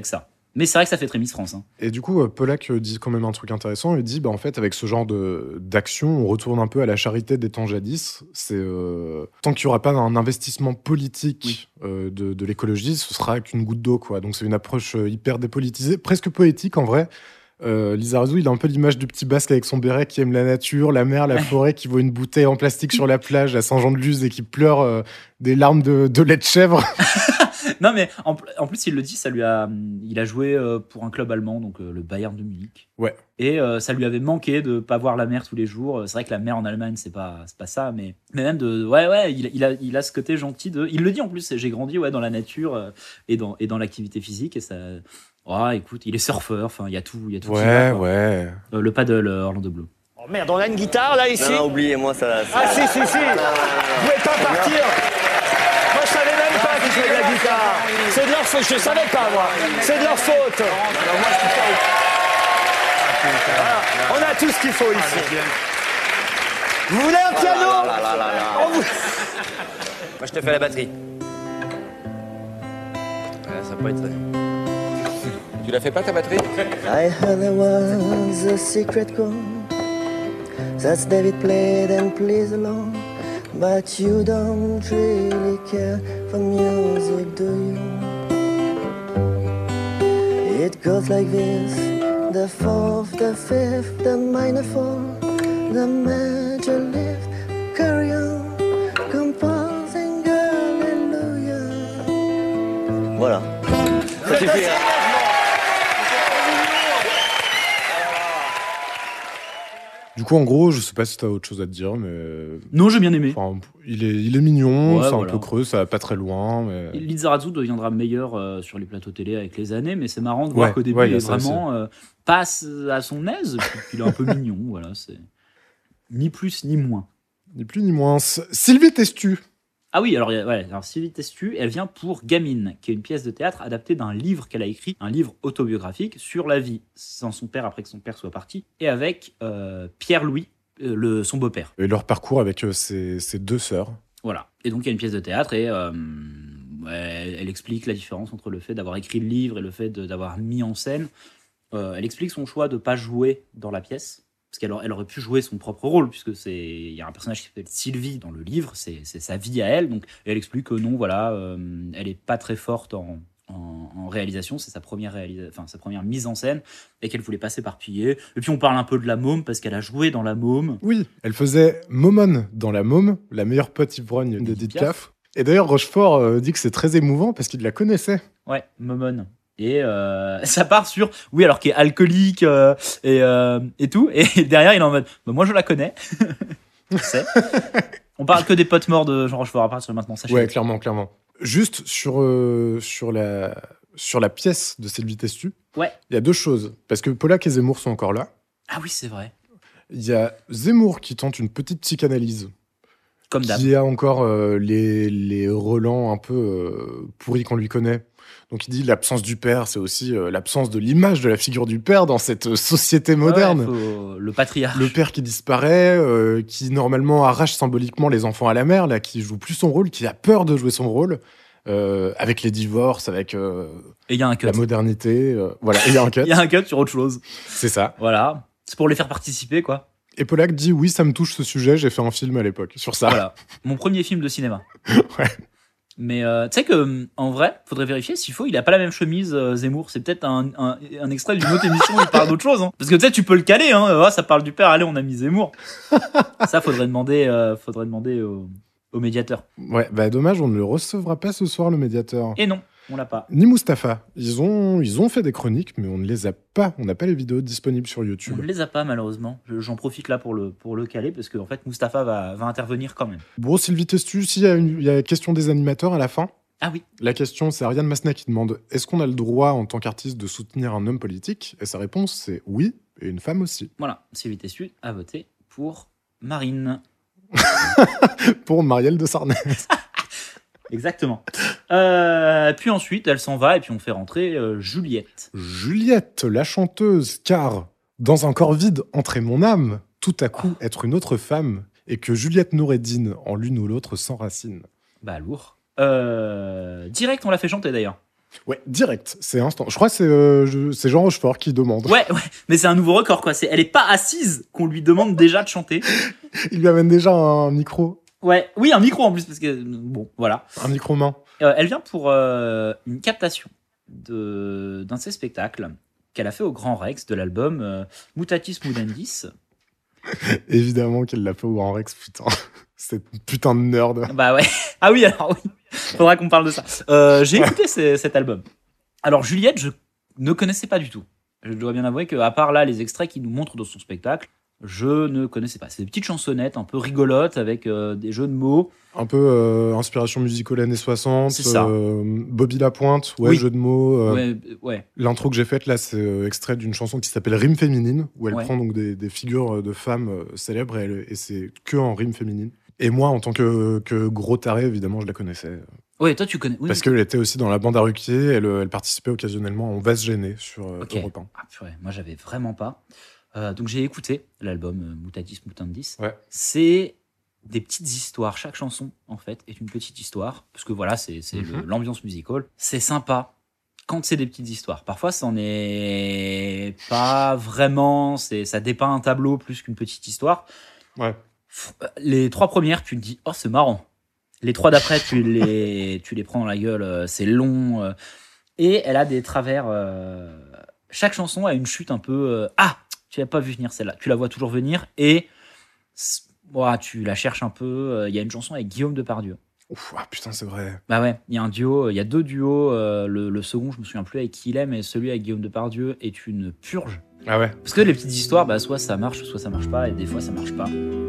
Mais c'est vrai que ça fait très Miss France. Hein. Et du coup, Pollack dit quand même un truc intéressant. Il dit, en fait, avec ce genre d'action, on retourne un peu à la charité des temps jadis. C'est tant qu'il n'y aura pas un investissement politique de l'écologie, ce sera qu'une goutte d'eau, quoi. Donc c'est une approche hyper dépolitisée, presque poétique en vrai. Lizarazu, il a un peu l'image du petit basque avec son béret qui aime la nature, la mer, la forêt, qui voit une bouteille en plastique sur la plage à Saint-Jean-de-Luz et qui pleure des larmes de lait de chèvre. Non, mais en plus, il le dit, il a joué pour un club allemand, donc le Bayern de Munich. Ouais. Et ça lui avait manqué de pas voir la mer tous les jours. C'est vrai que la mer en Allemagne, c'est pas ça, mais même il a ce côté gentil de. Il le dit en plus, j'ai grandi dans la nature et dans l'activité physique et ça. Écoute, il est surfeur, enfin, il y a tout. Ouais. Le paddle Orlando Bloom. Oh merde, on a une guitare là ici. Non, oubliez-moi ça. Ah si. Vous pouvez pas partir. Moi je savais même pas qu'ils jouaient de la guitare. C'est de leur faute, je savais pas moi. C'est de leur faute. Voilà. On a tout ce qu'il faut ici. Vous voulez un piano? Moi je te fais la batterie. Ça peut être. Tu la fais pas ta batterie? I heard there was a secret chord that David played and plays alone, but you don't really care for music, do you? It goes like this: the fourth, the fifth, the minor four, the major lift, carry on, composing hallelujah. Voilà. Ça suffit, hein. Du coup, en gros, je sais pas si t'as autre chose à te dire, mais... Non, j'ai bien aimé. Il est mignon, c'est un voilà. peu creux, ça va pas très loin, mais... Lizarazu deviendra meilleur sur les plateaux télé avec les années, mais c'est marrant de voir qu'au début, il est vraiment passe à son aise, puis il est un peu mignon, voilà, c'est... Ni plus, ni moins. Ni plus, ni moins. Sylvie Testu. Ah oui, alors Sylvie Testu, elle vient pour Gamine, qui est une pièce de théâtre adaptée d'un livre qu'elle a écrit, un livre autobiographique sur la vie sans son père après que son père soit parti, et avec Pierre-Louis, son beau-père. Et leur parcours avec ses deux sœurs. Voilà. Et donc il y a une pièce de théâtre et elle explique la différence entre le fait d'avoir écrit le livre et le fait d'avoir mis en scène. Elle explique son choix de ne pas jouer dans la pièce. Parce qu'elle aurait pu jouer son propre rôle, puisque il y a un personnage qui s'appelle Sylvie dans le livre, c'est sa vie à elle. Donc, elle explique que non, voilà, elle n'est pas très forte en réalisation, c'est sa première mise en scène, et qu'elle voulait pas s'éparpiller. Et puis on parle un peu de La Môme, parce qu'elle a joué dans La Môme. Oui, elle faisait Momone dans La Môme, la meilleure pote ivrogne d'Edith Piaf. Et d'ailleurs, Rochefort dit que c'est très émouvant, parce qu'il la connaissait. Ouais, Momone. Et ça part sur alors qu'il est alcoolique et tout, et derrière il est en mode moi je la connais. C'est. On parle que des potes morts de Jean Rochefort à partir de maintenant, sachez. Ouais, clairement. Juste sur la pièce de Sylvie Testu, il y a deux choses, parce que Pollack et Zemmour sont encore là. Ah oui, c'est vrai. Il y a Zemmour qui tente une petite psychanalyse. Comme d'hab. Qui a encore les relents un peu pourris qu'on lui connaît. Donc il dit l'absence du père, c'est aussi l'absence de l'image de la figure du père dans cette société moderne. Le patriarche. Le père qui disparaît, qui normalement arrache symboliquement les enfants à la mère, là, qui joue plus son rôle, qui a peur de jouer son rôle, avec les divorces, avec et y a un cut. La modernité. Voilà, et il y a un cut. Il y a un cut sur autre chose. C'est ça. Voilà, c'est pour les faire participer, quoi. Et Pollack dit oui, ça me touche ce sujet, j'ai fait un film à l'époque sur ça. Voilà, mon premier film de cinéma. Ouais. Mais tu sais que en vrai, faudrait vérifier s'il faut. Il a pas la même chemise, Zemmour. C'est peut-être un extrait d'une autre émission où il parle d'autre chose. Hein. Parce que tu sais, tu peux le caler. Hein. Ça parle du père. Allez, on a mis Zemmour. Ça, faudrait demander au médiateur. Ouais, bah dommage, on ne le recevra pas ce soir, le médiateur. Et non, on l'a pas. Ni Mustapha. Ils ont fait des chroniques, mais on ne les a pas. On n'a pas les vidéos disponibles sur YouTube. On ne les a pas, malheureusement. J'en profite là pour le caler, parce qu'en fait, Mustapha va intervenir quand même. Bon, Sylvie Testu, il y a la question des animateurs à la fin. Ah oui. La question, c'est Ariane Massenet qui demande « Est-ce qu'on a le droit, en tant qu'artiste, de soutenir un homme politique ?» Et sa réponse, c'est « Oui, et une femme aussi. » Voilà, Sylvie Testu a voté pour Marine. Pour Marielle de Sarnez. Exactement. Puis ensuite, elle s'en va et puis on fait rentrer Juliette. Juliette, la chanteuse, car dans un corps vide entrait mon âme, tout à coup être une autre femme, et que Juliette Noureddin en l'une ou l'autre sans racine. Bah lourd. Direct, on l'a fait chanter d'ailleurs. Ouais, direct, c'est instant. Je crois que c'est Jean Rochefort qui demande. Ouais, mais c'est un nouveau record, quoi. Elle est pas assise qu'on lui demande déjà de chanter. Il lui amène déjà un micro. Ouais, oui, un micro en plus, parce que, bon, voilà. Un micro main. Elle vient pour une captation d'un de ses spectacles qu'elle a fait au Grand Rex de l'album Mutatis Mudandis. Évidemment qu'elle l'a fait au Grand Rex, putain. Cette putain de nerd. Bah ouais. Ah oui, alors oui. Faudra qu'on parle de ça. J'ai écouté cet album. Alors Juliette, je ne connaissais pas du tout. Je dois bien avouer qu'à part là, les extraits qu'il nous montre de son spectacle, je ne connaissais pas. C'est des petites chansonnettes un peu rigolotes avec des jeux de mots. Un peu inspiration musicale années 60. C'est ça. Bobby Lapointe, ouais, Oui. jeu de mots. Ouais. L'intro que j'ai faite là, c'est extrait d'une chanson qui s'appelle Rime féminine, où elle Ouais. prend donc des figures de femmes célèbres et c'est que en rime féminine. Et moi, en tant que gros taré, évidemment, je la connaissais. Ouais, toi tu connais. Oui, Parce qu'elle était aussi dans la bande à Ruquier, elle participait occasionnellement à On va se gêner sur Europe 1. Ah purée, moi j'avais vraiment pas. Donc j'ai écouté l'album Mutatis Mutandis. Ouais. C'est des petites histoires. Chaque chanson, en fait, est une petite histoire. Parce que voilà, c'est l'ambiance musicale. C'est sympa quand c'est des petites histoires. Parfois, ça n'en est pas vraiment. Ça dépeint un tableau plus qu'une petite histoire. Ouais. Les 3 premières, tu te dis, oh, c'est marrant. Les 3 d'après, tu les prends dans la gueule. C'est long. Et elle a des travers. Chaque chanson a une chute un peu. Ah, tu l'as pas vu venir celle-là. Tu la vois toujours venir. Et tu la cherches un peu. Il y a une chanson avec Guillaume Depardieu. Ouf, ah putain, c'est vrai. Bah ouais, il y a un duo. Il y a 2 duos. Le second, je me souviens plus avec qui il est, mais celui avec Guillaume Depardieu est une purge. Ah ouais. Parce que les petites histoires, bah, soit ça marche, soit ça marche pas. Et des fois, ça marche pas.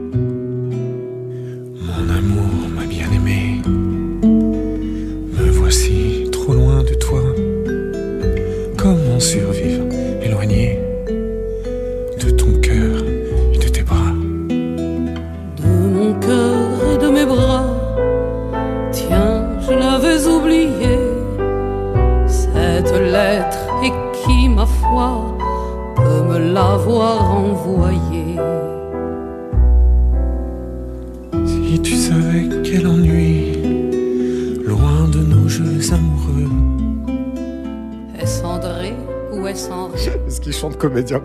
Mon amour, ma bien-aimée, me voici trop loin de toi. Comment survivre, éloigné de ton cœur et de tes bras? De mon cœur et de mes bras, tiens, je l'avais oublié. Cette lettre et qui, ma foi, peut me l'avoir envoyée. Si tu savais quel ennui, loin de nos jeux amoureux. Est-ce André ou est-ce Henri? Est-ce qu'il chante comédien?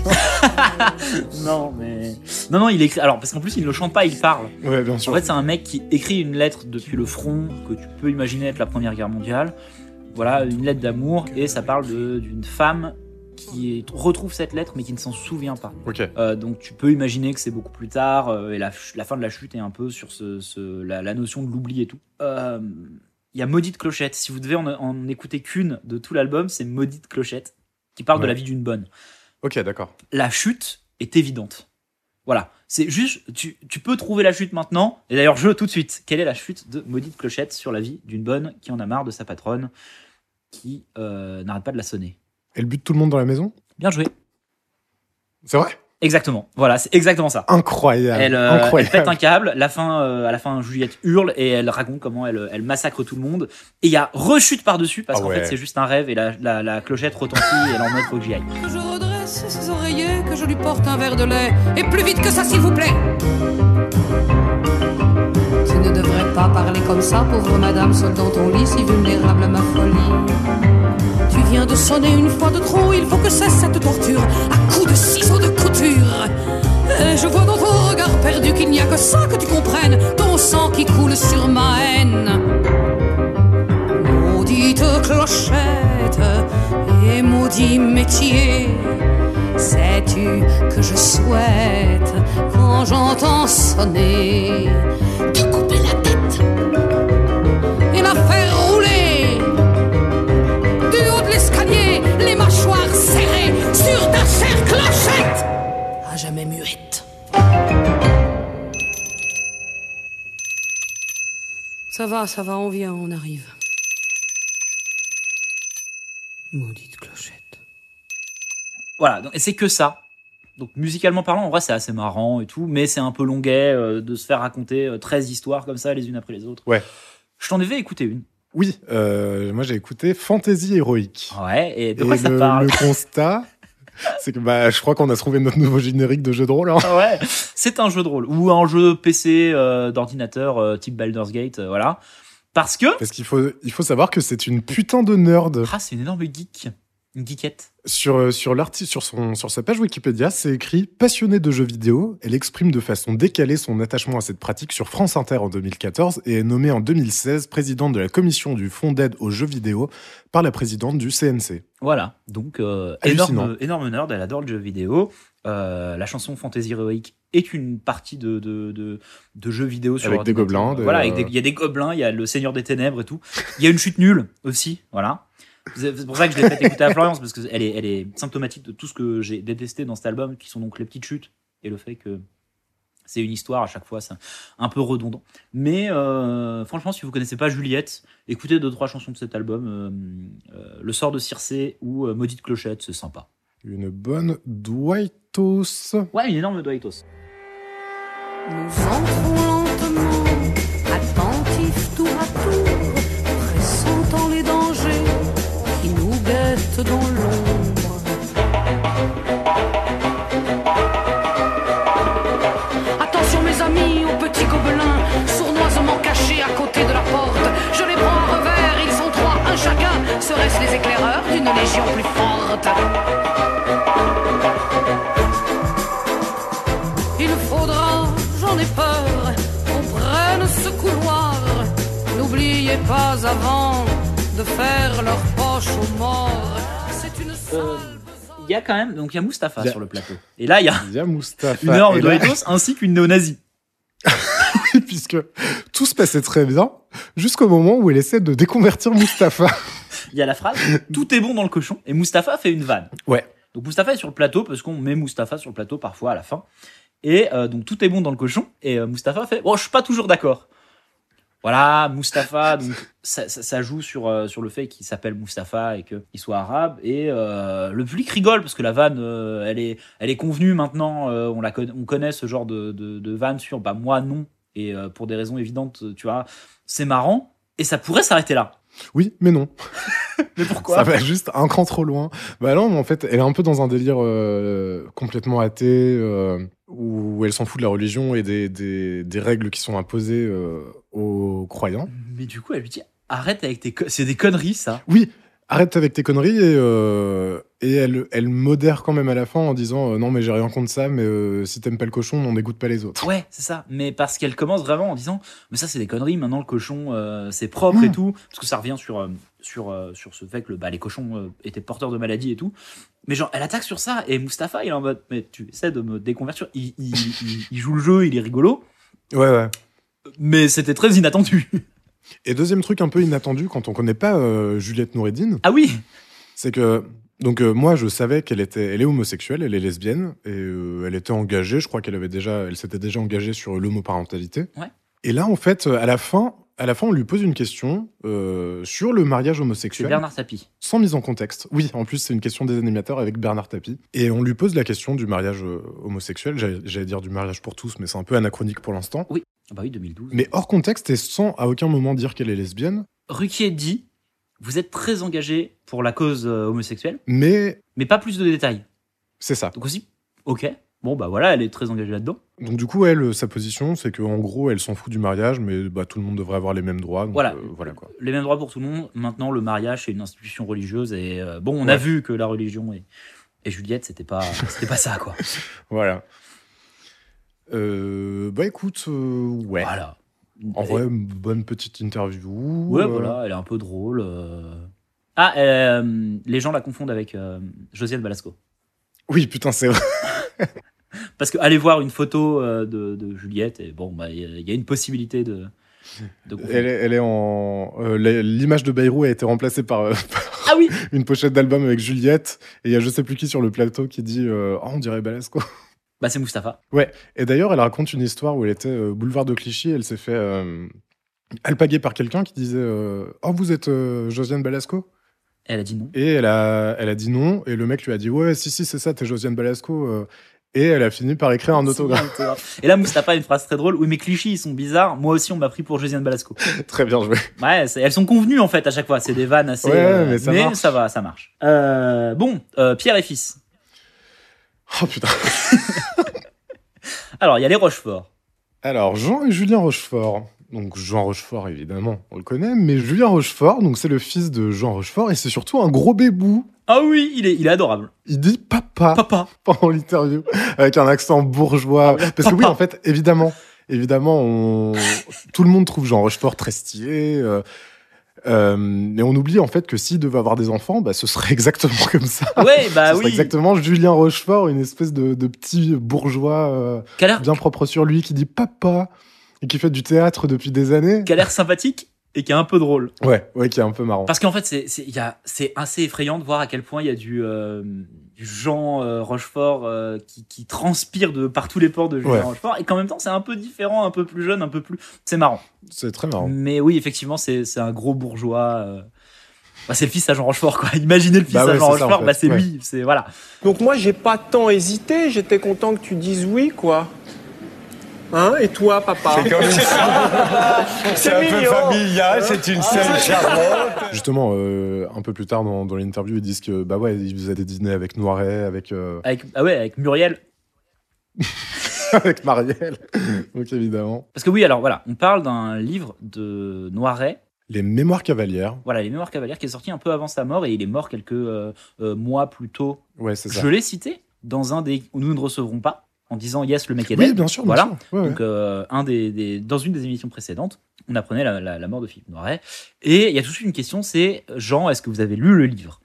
Non, mais. Non, il écrit. Alors, parce qu'en plus, il ne le chante pas, il parle. Ouais, bien sûr. En fait, c'est un mec qui écrit une lettre depuis le front, que tu peux imaginer être la Première Guerre mondiale. Voilà, une lettre d'amour, et ça parle d'une femme qui retrouve cette lettre, mais qui ne s'en souvient pas. Ok. Donc, tu peux imaginer que c'est beaucoup plus tard, et la fin de la chute est un peu sur la notion de l'oubli et tout. Il y a Maudite Clochette. Si vous devez en écouter qu'une de tout l'album, c'est Maudite Clochette, qui parle de la vie d'une bonne. Ok, d'accord. La chute est évidente. Voilà. C'est juste, tu peux trouver la chute maintenant. Et d'ailleurs, tout de suite. Quelle est la chute de Maudite Clochette sur la vie d'une bonne qui en a marre de sa patronne, qui n'arrête pas de la sonner? Elle bute tout le monde dans la maison? Bien joué. C'est vrai? Exactement. Voilà, c'est exactement ça. Incroyable. Elle pète un câble. À la fin, Juliette hurle et elle raconte comment elle massacre tout le monde. Et il y a rechute par-dessus parce qu'en fait, c'est juste un rêve et la clochette retentit et elle en met faut que j'y aille. Que je redresse ses oreillers, que je lui porte un verre de lait. Et plus vite que ça, s'il vous plaît. Tu ne devrais pas parler comme ça, pauvre madame, seule dans ton lit, si vulnérable à ma folie. Tu viens de sonner une fois de trop, il faut que cesse cette torture, à coups de ciseaux de couture. Et je vois dans ton regard perdu qu'il n'y a que ça que tu comprennes, ton sang qui coule sur ma haine. Maudite clochette et maudit métier, sais-tu que je souhaite, quand j'entends sonner, te couper la tête et la faire rouler du haut de l'escalier, les mâchoires serrées sur ta chère clochette, à jamais muette. Ça va, on vient, on arrive. Maudite clochette. Voilà, et c'est que ça. Donc musicalement parlant, en vrai, c'est assez marrant et tout, mais c'est un peu longuet de se faire raconter 13 histoires comme ça, les unes après les autres. Ouais. Je t'en avais écouté une. Oui, moi j'ai écouté Fantaisie héroïque. Ouais, et de quoi ça parle? Le constat, c'est que je crois qu'on a trouvé notre nouveau générique de jeu de rôle. Hein. Ouais, c'est un jeu de rôle, ou un jeu PC d'ordinateur type Baldur's Gate, voilà. Parce qu'il faut savoir que c'est une putain de nerd. Ah, c'est une énorme geek. Une geekette. Sur sa page Wikipédia, c'est écrit « Passionnée de jeux vidéo, elle exprime de façon décalée son attachement à cette pratique sur France Inter en 2014 et est nommée en 2016 présidente de la commission du Fonds d'aide aux jeux vidéo par la présidente du CNC. » Voilà, donc énorme nerd, elle adore le jeu vidéo. La chanson Fantasy Heroic est une partie de jeux vidéo sur avec des gobelins. Voilà, il y a des gobelins, il y a le Seigneur des Ténèbres et tout. Il y a une chute nulle aussi, voilà. C'est pour ça que je l'ai fait écouter à Florence, parce qu'elle est symptomatique de tout ce que j'ai détesté dans cet album, qui sont donc les petites chutes et le fait que c'est une histoire à chaque fois, c'est un peu redondant. Mais franchement, si vous connaissez pas Juliette, écoutez 2-3 chansons de cet album. Le sort de Circé ou Maudite Clochette, c'est sympa. Une bonne Dwightos. Ouais, une énorme Dwightos. Nous entrons lentement, attentifs tour à tour, pressentant les dangers qui nous guettent dans l'ombre. Attention mes amis, aux petits gobelins, sournoisement cachés à côté de la porte. Je les prends à revers, ils sont 3, un chacun. Seraient-ce les éclaireurs d'une légion plus forte? Il faudra, j'en ai peur, qu'on prenne ce couloir. N'oubliez pas avant de faire leur poche aux morts. C'est une Il y a quand même, donc il y a Mustapha sur le plateau. Et là, il y a Mustapha, une énorme Doritos ainsi qu'une néo-nazie. Oui, puisque tout se passait très bien jusqu'au moment où elle essaie de déconvertir Mustapha. Il y a la phrase « Tout est bon dans le cochon » et Mustapha fait une vanne. Ouais. Donc Mustapha est sur le plateau, parce qu'on met Mustapha sur le plateau parfois à la fin. Et donc tout est bon dans le cochon. Et Mustapha fait « Bon, je suis pas toujours d'accord ». Voilà, Mustapha, donc ça joue sur le fait qu'il s'appelle Mustapha et qu'il soit arabe. Et le public rigole, parce que la vanne, elle est convenue maintenant. On connaît ce genre de vanne sur « Bah moi, non ». Et pour des raisons évidentes, tu vois, c'est marrant. Et ça pourrait s'arrêter là. Oui, mais non. Mais pourquoi? Ça va juste un cran trop loin. Bah non, mais en fait, elle est un peu dans un délire complètement athée, où elle s'en fout de la religion et des règles qui sont imposées aux croyants. Mais du coup, elle lui dit « Arrête avec c'est des conneries, ça !» Oui, arrête avec tes conneries, et elle modère quand même à la fin en disant non mais j'ai rien contre ça, mais si t'aimes pas le cochon, on dégoûte pas les autres. Ouais, c'est ça. Mais parce qu'elle commence vraiment en disant mais ça c'est des conneries, maintenant le cochon c'est propre et tout, parce que ça revient sur ce fait que les cochons étaient porteurs de maladies et tout. Mais genre elle attaque sur ça, et Mustapha il est en mode mais tu essaies de me déconvertir. Il joue le jeu, il est rigolo. Ouais. Mais c'était très inattendu. Et deuxième truc un peu inattendu quand on connaît pas Juliette Noureddin. Ah oui. C'est que donc moi je savais elle est homosexuelle, elle est lesbienne, et elle était engagée. Je crois elle s'était déjà engagée sur l'homoparentalité. Ouais. Et là en fait à la fin on lui pose une question sur le mariage homosexuel. C'est Bernard Tapie. Sans mise en contexte. Oui, en plus c'est une question des animateurs avec Bernard Tapie. Et on lui pose la question du mariage homosexuel. J'allais dire du mariage pour tous, mais c'est un peu anachronique pour l'instant. Oui. Bah oui, 2012. Mais hors contexte et sans à aucun moment dire qu'elle est lesbienne. Ruquier dit « Vous êtes très engagé pour la cause homosexuelle, mais pas plus de détails. » C'est ça. Donc aussi, ok. Bon, bah voilà, elle est très engagée là-dedans. Donc du coup, elle, sa position, c'est qu'en gros, elle s'en fout du mariage, mais tout le monde devrait avoir les mêmes droits. Donc, voilà quoi. Les mêmes droits pour tout le monde. Maintenant, le mariage, c'est une institution religieuse. Et on a vu que la religion et Juliette, c'était pas ça, quoi. Voilà. Écoute, ouais. Voilà. En vrai, une bonne petite interview. Ouais, voilà, elle est un peu drôle. Les gens la confondent avec Josiane Balasco. Oui, putain, c'est vrai. Parce que allez voir une photo de Juliette, et bon, y a une possibilité de elle est en... l'image de Bayrou a été remplacée par ah oui une pochette d'album avec Juliette, et il y a je sais plus qui sur le plateau qui dit on dirait Balasco. Bah c'est Mustapha. Ouais, et d'ailleurs elle raconte une histoire où elle était boulevard de Clichy, elle s'est fait alpaguer par quelqu'un qui disait oh vous êtes Josiane Balasco. Elle a dit non. Et elle a dit non, et le mec lui a dit ouais si c'est ça, t'es Josiane Balasco. Et elle a fini par écrire un autographe. Et là Mustapha a une phrase très drôle, oui mais Clichy ils sont bizarres, moi aussi on m'a pris pour Josiane Balasco. Très bien joué. Ouais, elles sont convenues en fait à chaque fois, c'est des vannes assez... mais ça va, ça marche. Pierre et fils. Oh putain. Alors, il y a les Rochefort. Alors, Jean et Julien Rochefort. Donc Jean Rochefort, évidemment, on le connaît, mais Julien Rochefort, donc c'est le fils de Jean Rochefort, et c'est surtout un gros bébou. Ah oui, il est adorable. Il dit papa pendant l'interview, avec un accent bourgeois. Parce que oui, en fait, évidemment, tout le monde trouve Jean Rochefort très stylé, mais on oublie en fait que s'il devait avoir des enfants, bah, ce serait exactement comme ça. Ouais, bah ce serait oui. exactement Julien Rochefort, une espèce de petit bourgeois bien propre sur lui, qui dit papa, et qui fait du théâtre depuis des années. Qui a l'air sympathique et qui est un peu drôle. Ouais, qui est un peu marrant. Parce qu'en fait, c'est assez effrayant de voir à quel point il y a du Jean Rochefort qui transpire de par tous les pores de Julien Rochefort, et qu'en même temps, c'est un peu différent, un peu plus jeune, un peu plus... C'est marrant. C'est très marrant. Mais oui, effectivement, c'est un gros bourgeois... Bah, c'est le fils à Jean Rochefort, quoi. Imaginez le fils à Jean Rochefort, ça, en fait. C'est lui. C'est, voilà. Donc moi, j'ai pas tant hésité. J'étais content que tu dises oui, quoi. Hein? Et toi, papa? C'est comme une c'est un peu familial, c'est une scène charmante. Justement, un peu plus tard dans l'interview, ils disent que bah ouais, ils faisaient des dîners avec Noiret, avec Muriel. Avec Marielle, donc évidemment. Parce que oui, alors voilà, on parle d'un livre de Noiret. Les Mémoires cavalières. Voilà, les Mémoires cavalières, qui est sorti un peu avant sa mort, et il est mort quelques mois plus tôt. Ouais, c'est ça. Je l'ai cité dans un des Nous ne recevrons pas, en disant yes, le mec est dead. Oui, bien sûr. Voilà. Bien sûr. Ouais, Donc dans une des émissions précédentes, on apprenait la mort de Philippe Noiret. Et il y a tout de suite une question, c'est Jean, est-ce que vous avez lu le livre?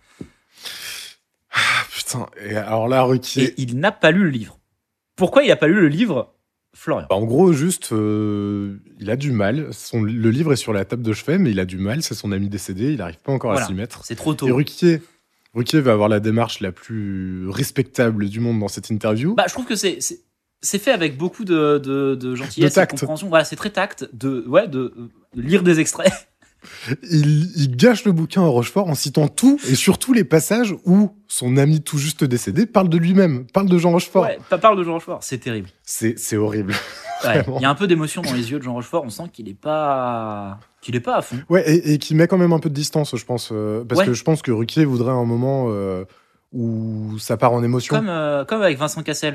Putain. Et alors là, Ruquier. Et il n'a pas lu le livre. Pourquoi il n'a pas lu le livre, Florian? En gros, juste, il a du mal. Le livre est sur la table de chevet, mais il a du mal. C'est son ami décédé. Il n'arrive pas encore à s'y mettre. C'est trop tôt. Et Ruquier va avoir la démarche la plus respectable du monde dans cette interview. Bah, je trouve que c'est fait avec beaucoup de gentillesse et de compréhension. Voilà, c'est très tact de lire des extraits. Il gâche le bouquin à Rochefort en citant tout, et surtout les passages où son ami tout juste décédé parle de lui-même, parle de Jean Rochefort. Ouais, parle de Jean Rochefort, c'est terrible. C'est horrible. Ouais, il y a un peu d'émotion dans les yeux de Jean Rochefort, on sent qu'il est pas à fond. Ouais, et qui met quand même un peu de distance, je pense, parce que je pense que Ruquier voudrait un moment où ça part en émotion. Comme avec Vincent Cassel.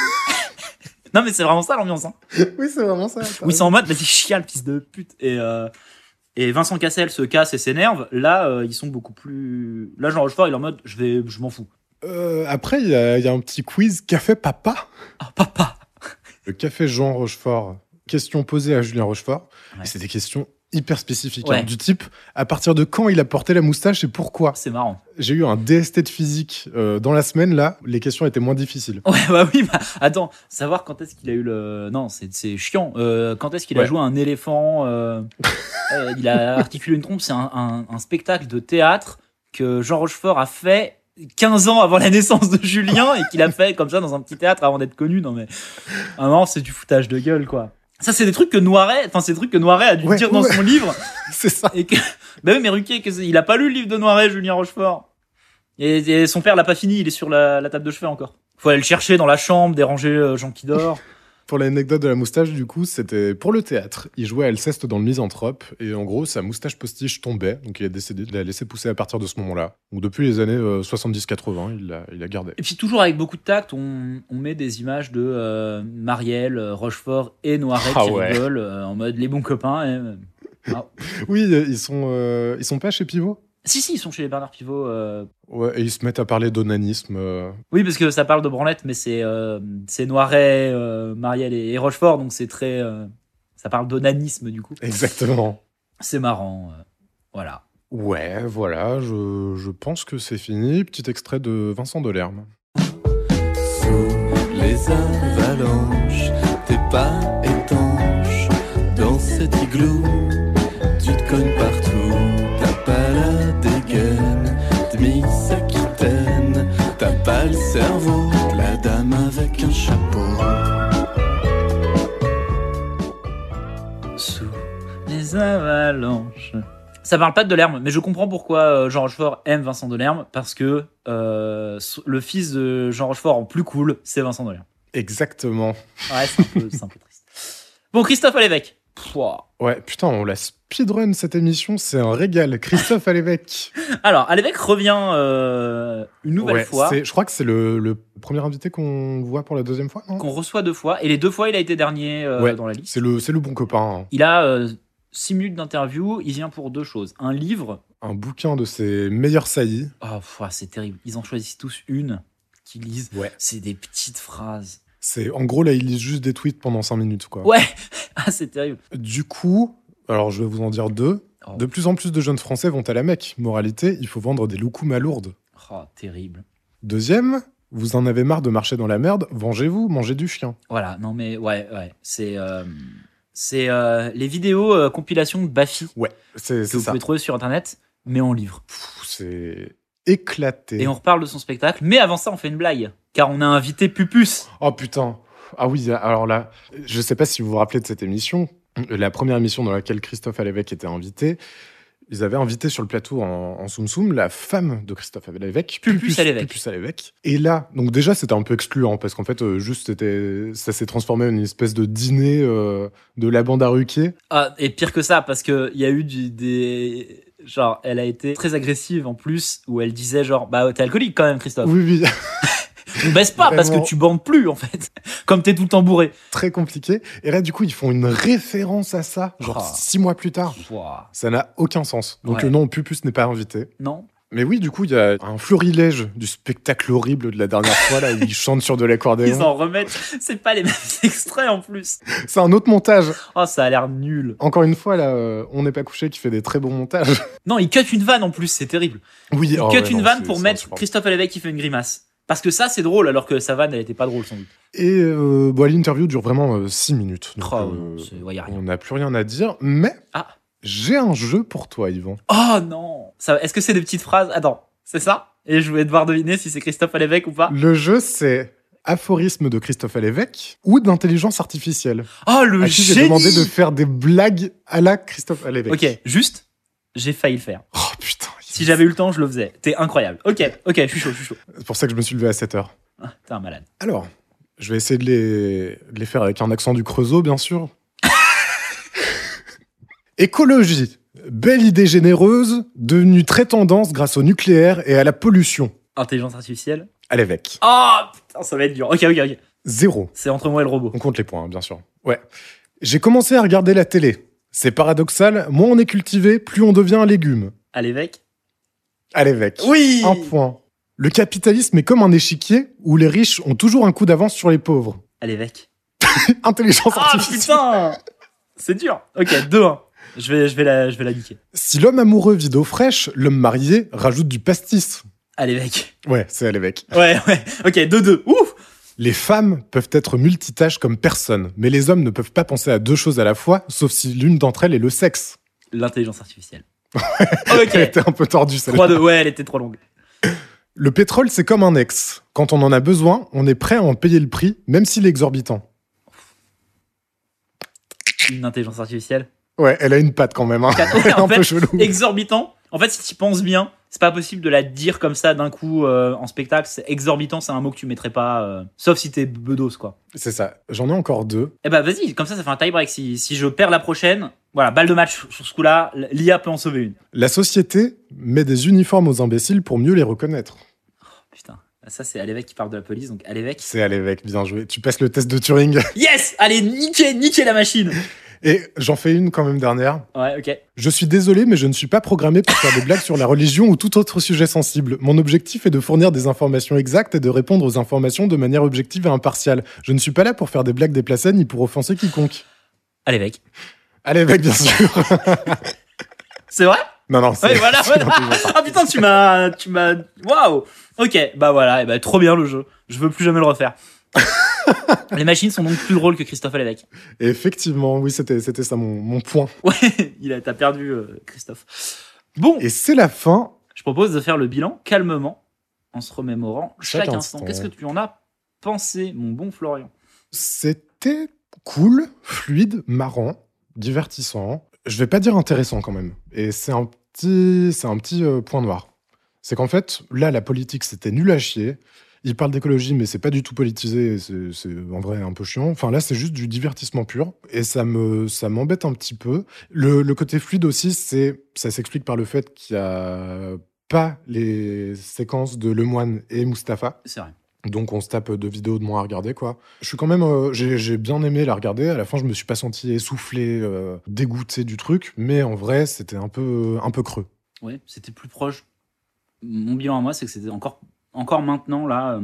Non, mais c'est vraiment ça l'ambiance. Hein. Oui, c'est vraiment ça. Où ils sont en mode, vas-y, chiale, fils de pute. Et Vincent Cassel se casse et s'énerve. Là, ils sont beaucoup plus. Là, Jean Rochefort, il est en mode, je m'en fous. Après, il y a un petit quiz Café Papa. Ah, papa. Le Café Jean Rochefort. Questions posées à Julien Rochefort. Ouais. Et c'est des questions hyper spécifiques. Ouais. Hein, du type, à partir de quand il a porté la moustache et pourquoi? C'est marrant. J'ai eu un DST de physique dans la semaine, là. Les questions étaient moins difficiles. Ouais, bah oui, attends, savoir quand est-ce qu'il a eu le... Non, c'est chiant. Quand est-ce qu'il a joué un éléphant il a articulé une trompe. C'est un spectacle de théâtre que Jean Rochefort a fait 15 ans avant la naissance de Julien et qu'il a fait comme ça dans un petit théâtre avant d'être connu. Non mais, vraiment, c'est du foutage de gueule, quoi. Ça, c'est des trucs que Noiret a dû dire dans son livre. C'est ça. Et que, bah oui, mais Ruquier, il a pas lu le livre de Noiret, Julien Rochefort. Et son père l'a pas fini, il est sur la table de chevet encore. Faut aller le chercher dans la chambre, déranger Jean qui dort. Pour l'anecdote de la moustache, du coup, c'était pour le théâtre. Il jouait Alceste dans le Misanthrope, et en gros, sa moustache postiche tombait, donc il a décidé de la laisser pousser à partir de ce moment-là. Donc depuis les années 70-80, il a gardé. Et puis toujours avec beaucoup de tact, on met des images de Marielle, Rochefort et Noiret qui rigolent en mode les bons copains. Oui, ils sont pas chez Pivot? Si, ils sont chez Bernard Pivot. Ouais, et ils se mettent à parler d'onanisme. Oui, parce que ça parle de branlette, mais c'est Noiret, Marielle et Rochefort, donc c'est très... ça parle d'onanisme, du coup. Exactement. C'est marrant, voilà. Ouais, voilà, je pense que c'est fini. Petit extrait de Vincent Delerme. Sous les avalanches, t'es pas étanche. Dans cet igloo, tu te cognes partout. T'as pas la dégaine de Miss Aquitaine. T'as pas le cerveau de la dame avec un chapeau. Sous les avalanches. Ça parle pas de Delerme, mais je comprends pourquoi Jean Rochefort aime Vincent Delerme, parce que le fils de Jean Rochefort en plus cool, c'est Vincent Delerme. Exactement. Ouais, c'est un peu triste. Bon, Christophe Alévêque. Ouais, putain, on la speedrun cette émission, c'est un régal. Christophe Alévêque. Alors, Alévêque revient une nouvelle fois. Je crois que c'est le Le premier invité qu'on voit pour la deuxième fois, non? Qu'on reçoit 2 fois. Et les 2 fois, il a été dernier dans la liste. C'est le bon copain. Hein. Il a 6 minutes d'interview. Il vient pour 2 choses. Un livre. Un bouquin de ses meilleurs saillies. C'est terrible. Ils en choisissent tous une qu'ils lisent. C'est des petites phrases. En gros, là, ils lisent juste des tweets pendant 5 minutes, quoi. Ouais. C'est terrible. Du coup, alors je vais vous en dire 2. De plus en plus de jeunes Français vont à la Mecque. Moralité, il faut vendre des loukoums à Lourdes. Terrible. Deuxième, vous en avez marre de marcher dans la merde, vengez-vous, mangez du chien. Voilà, non mais ouais. C'est les vidéos compilation de Baffy. Ouais, c'est ça. Vous pouvez trouver sur internet, mais en livre. C'est éclaté. Et on reparle de son spectacle, mais avant ça, on fait une blague, car on a invité Pupus. Oh putain. Ah oui, alors là, je sais pas si vous vous rappelez de cette émission, la première émission dans laquelle Christophe Alévèque était invité. Ils avaient invité sur le plateau en Soum Soum la femme de Christophe Alévèque, Pupus Alévèque. Et là, donc déjà, c'était un peu excluant parce qu'en fait, ça s'est transformé en une espèce de dîner de la bande à Ruquier. Et pire que ça, parce qu'il y a eu genre, elle a été très agressive en plus, où elle disait genre, t'es alcoolique quand même, Christophe. Oui. On baisse pas parce que tu bandes plus en fait, comme t'es tout le temps bourré. Très compliqué. Et là, du coup, ils font une référence à ça, genre 6 mois plus tard. Ça n'a aucun sens. Donc non, Pupus n'est pas invité. Non. Mais oui, du coup, il y a un florilège du spectacle horrible de la dernière fois, là, où ils chantent sur de l'accordéon. Ils en remettent. C'est pas les mêmes extraits en plus. C'est un autre montage. Ça a l'air nul. Encore une fois, là, On n'est pas couché qui fait des très bons montages. Non, il cut une vanne en plus, c'est terrible. Oui, il cut une vanne pour mettre Christophe Alévèque qui fait une grimace. Parce que ça, c'est drôle, alors que sa vanne, elle était pas drôle, sans doute. Et l'interview dure vraiment 6 minutes. Donc, y a rien. On n'a plus rien à dire, mais j'ai un jeu pour toi, Yvan. Oh non. Est-ce que c'est des petites phrases? Attends, c'est ça? Et je vais devoir deviner si c'est Christophe Alévèque ou pas. Le jeu, c'est aphorisme de Christophe Alévèque ou d'intelligence artificielle. Oh, le génie! J'ai demandé de faire des blagues à la Christophe Alévèque. Ok, juste, j'ai failli le faire. Oh putain. Si j'avais eu le temps, je le faisais. T'es incroyable. Ok, je suis chaud. C'est pour ça que je me suis levé à 7h. T'es un malade. Alors, je vais essayer de les faire avec un accent du Creusot, bien sûr. Écologie. Belle idée généreuse, devenue très tendance grâce au nucléaire et à la pollution. Intelligence artificielle. Alévèque. Oh, putain, ça va être dur. Ok. 0. C'est entre moi et le robot. On compte les points, bien sûr. Ouais. J'ai commencé à regarder la télé. C'est paradoxal, moins on est cultivé, plus on devient un légume. Alévèque. Oui. 1 point. Le capitalisme est comme un échiquier où les riches ont toujours un coup d'avance sur les pauvres. Alévèque. Intelligence artificielle. Ah putain. C'est dur. Ok, 2-1. Je vais la niquer. Si l'homme amoureux vit d'eau fraîche, l'homme marié rajoute du pastis. Alévèque. Ouais, c'est Alévèque. Ouais. Ok, 2-2. Ouf. Les femmes peuvent être multitâches comme personne, mais les hommes ne peuvent pas penser à 2 choses à la fois, sauf si l'une d'entre elles est le sexe. L'intelligence artificielle. Ok. Elle était un peu tordue, celle-là. 3-2, ouais, elle était trop longue. Le pétrole, c'est comme un ex. Quand on en a besoin, on est prêt à en payer le prix, même s'il est exorbitant. Une intelligence artificielle. Ouais, elle a une patte quand même. Hein. Un peu chelou. Exorbitant. En fait, si tu penses bien, c'est pas possible de la dire comme ça d'un coup en spectacle. C'est exorbitant, c'est un mot que tu mettrais pas, sauf si t'es bedos, quoi. C'est ça. J'en ai encore 2. Eh ben vas-y, comme ça fait un tie-break. Si je perds la prochaine, voilà, balle de match sur ce coup-là, l'IA peut en sauver une. La société met des uniformes aux imbéciles pour mieux les reconnaître. Putain, ça c'est Alévèque qui parle de la police, donc Alévèque. C'est Alévèque, bien joué. Tu passes le test de Turing. Yes. Allez, niquer la machine. Et j'en fais une quand même dernière. Ouais, ok. Je suis désolé, mais je ne suis pas programmé pour faire des blagues sur la religion ou tout autre sujet sensible. Mon objectif est de fournir des informations exactes et de répondre aux informations de manière objective et impartiale. Je ne suis pas là pour faire des blagues déplacées ni pour offenser quiconque. Alévèque. Alévèque, bien sûr. C'est vrai? Non, c'est... Ouais, voilà. Ah putain, tu m'as... Waouh. Ok, bah voilà, et bah, trop bien le jeu. Je veux plus jamais le refaire. Les machines sont donc plus drôles que Christophe Alévèque. Et effectivement, oui, c'était ça mon point. Ouais, t'as perdu Christophe. Bon. Et c'est la fin. Je propose de faire le bilan calmement, en se remémorant chaque instant. Qu'est-ce que tu en as pensé, mon bon Florian? C'était cool, fluide, marrant, divertissant. Je vais pas dire intéressant quand même. Et c'est un petit point noir. C'est qu'en fait, là, la politique, c'était nul à chier. Il parle d'écologie, mais c'est pas du tout politisé. C'est en vrai un peu chiant. Enfin, là, c'est juste du divertissement pur. Et ça m'embête un petit peu. Le côté fluide aussi, ça s'explique par le fait qu'il y a pas les séquences de Lemoine et Mustapha. C'est vrai. Donc on se tape 2 vidéos de moins à regarder, quoi. Je suis quand même... j'ai bien aimé la regarder. À la fin, je me suis pas senti essoufflé, dégoûté du truc. Mais en vrai, c'était un peu creux. Ouais, c'était plus proche. Mon bilan à moi, c'est que c'était encore maintenant, là,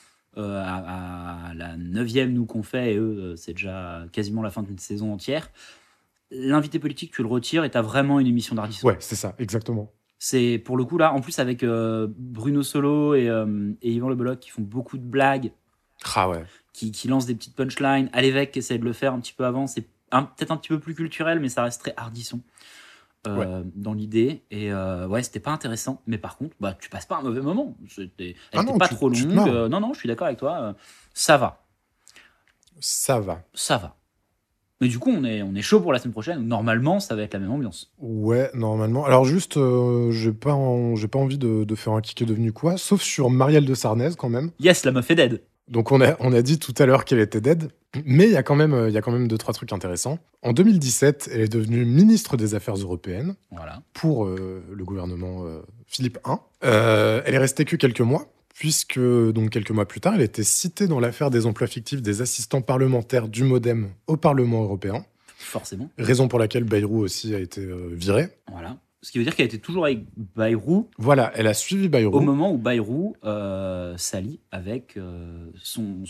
à la 9e, nous, qu'on fait, et eux, c'est déjà quasiment la fin d'une saison entière. L'invité politique, tu le retires et t'as vraiment une émission d'Ardisson. Ouais, c'est ça, exactement. C'est pour le coup là, en plus avec Bruno Solo et Yvan Le Bolloc qui font beaucoup de blagues, Ah ouais. qui lancent des petites punchlines. À l'évêque qui essaie de le faire un petit peu avant, c'est peut-être un petit peu plus culturel, mais ça reste très Ardisson dans l'idée. Et ouais, c'était pas intéressant, mais par contre, bah tu passes pas un mauvais moment. Elle était pas trop longue. Non, je suis d'accord avec toi. Ça va. Ça va. Mais du coup, on est chaud pour la semaine prochaine. Normalement, ça va être la même ambiance. Ouais, normalement. Alors juste, j'ai pas envie de faire un qui est devenu quoi, sauf sur Marielle de Sarnez quand même. Yes, la meuf est dead. Donc on a dit tout à l'heure qu'elle était dead, mais il y a quand même 2-3 trucs intéressants. En 2017, elle est devenue ministre des Affaires européennes pour le gouvernement Philippe I. Elle est restée que quelques mois, puisque donc quelques mois plus tard, elle était citée dans l'affaire des emplois fictifs des assistants parlementaires du MoDem au Parlement européen. Forcément. Raison pour laquelle Bayrou aussi a été viré. Voilà. Ce qui veut dire qu'elle était toujours avec Bayrou. Voilà, elle a suivi Bayrou. Au moment où Bayrou s'allie avec son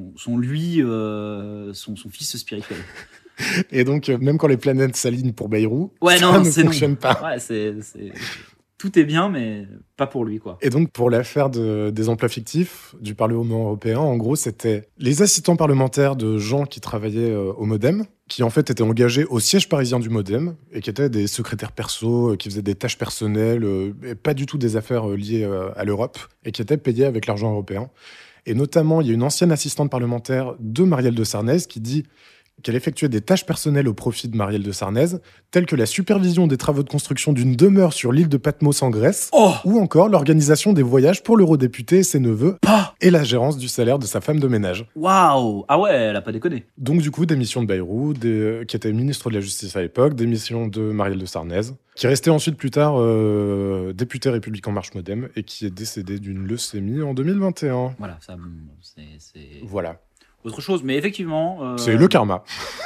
fils spirituel. Et donc, même quand les planètes s'alignent pour Bayrou, ça ne fonctionne pas. Ouais, tout est bien, mais pas pour lui, quoi. Et donc, pour l'affaire des emplois fictifs du Parlement européen, en gros, c'était les assistants parlementaires de gens qui travaillaient au MoDem, qui en fait étaient engagés au siège parisien du MoDem, et qui étaient des secrétaires perso, qui faisaient des tâches personnelles, et pas du tout des affaires liées à l'Europe, et qui étaient payés avec l'argent européen. Et notamment, il y a une ancienne assistante parlementaire de Marielle de Sarnez qui dit qu'elle effectuait des tâches personnelles au profit de Marielle de Sarnez, telles que la supervision des travaux de construction d'une demeure sur l'île de Patmos en Grèce, ou encore l'organisation des voyages pour l'eurodéputé et ses neveux, et la gérance du salaire de sa femme de ménage. Waouh! Ah ouais, elle a pas déconné. Donc du coup, démission de Bayrou, qui était ministre de la Justice à l'époque, démission de Marielle de Sarnez, qui est resté ensuite plus tard député République En Marche MoDem, et qui est décédé d'une leucémie en 2021. Voilà, ça, c'est... Voilà. Autre chose, mais effectivement... C'est le karma.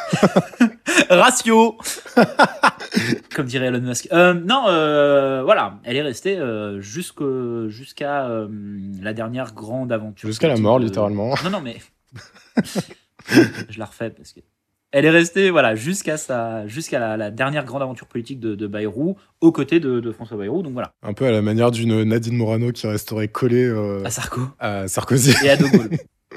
Ratio. Comme dirait Elon Musk. Voilà, elle est restée jusqu'à la dernière grande aventure. Jusqu'à la mort, littéralement. Non, mais... Je la refais parce que... Elle est restée jusqu'à la dernière grande aventure politique de Bayrou, aux côtés de François Bayrou, donc voilà. Un peu à la manière d'une Nadine Morano qui resterait collée à Sarkozy. Et à De Gaulle.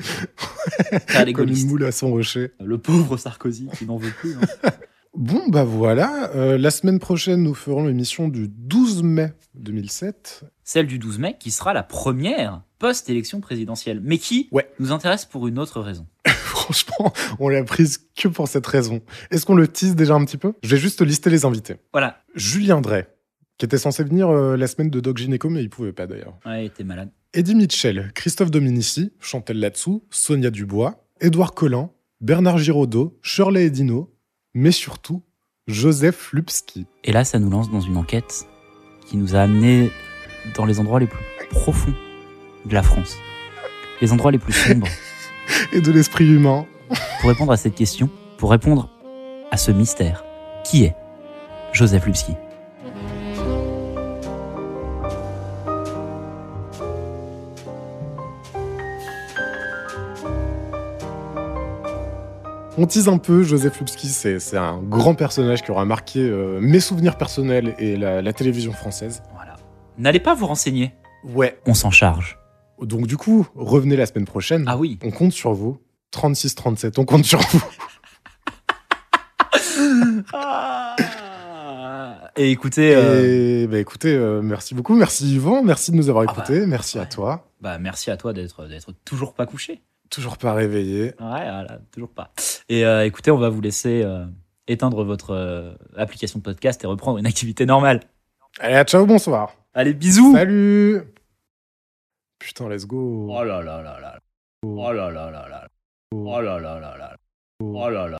Comme une moule à son rocher. Le pauvre Sarkozy qui n'en veut plus. Hein. Bon, bah voilà. La semaine prochaine, nous ferons l'émission du 12 mai 2007. Celle du 12 mai qui sera la première post-élection présidentielle, mais qui nous intéresse pour une autre raison. Franchement, on l'a prise que pour cette raison. Est-ce qu'on le tease déjà un petit peu ? Je vais juste lister les invités. Voilà. Julien Drey, qui était censé venir la semaine de Doc Gynéco, mais il pouvait pas d'ailleurs. Ouais, il était malade. Eddie Mitchell, Christophe Dominici, Chantal Latsou, Sonia Dubois, Édouard Collin, Bernard Giraudot, Shirley Edino, mais surtout Joseph Lubski. Et là, ça nous lance dans une enquête qui nous a amenés dans les endroits les plus profonds de la France. Les endroits les plus sombres. Et de l'esprit humain. Pour répondre à cette question, pour répondre à ce mystère, qui est Joseph Lubski ? On tease un peu, Joseph Lubski, c'est un grand personnage qui aura marqué mes souvenirs personnels et la télévision française. Voilà. N'allez pas vous renseigner. Ouais. On s'en charge. Donc du coup, revenez la semaine prochaine. Ah oui. On compte sur vous. 36-37, on compte sur vous. Et écoutez... merci beaucoup. Merci Yvan, merci de nous avoir écoutés. Merci à toi. Merci à toi d'être toujours pas couché. Toujours pas réveillé. Ouais, voilà, toujours pas. Et écoutez, on va vous laisser éteindre votre application de podcast et reprendre une activité normale. Allez, ciao, bonsoir. Allez, bisous. Salut. Putain, let's go. Oh là là là là. Oh là là là là. Oh là là là là. Oh là là.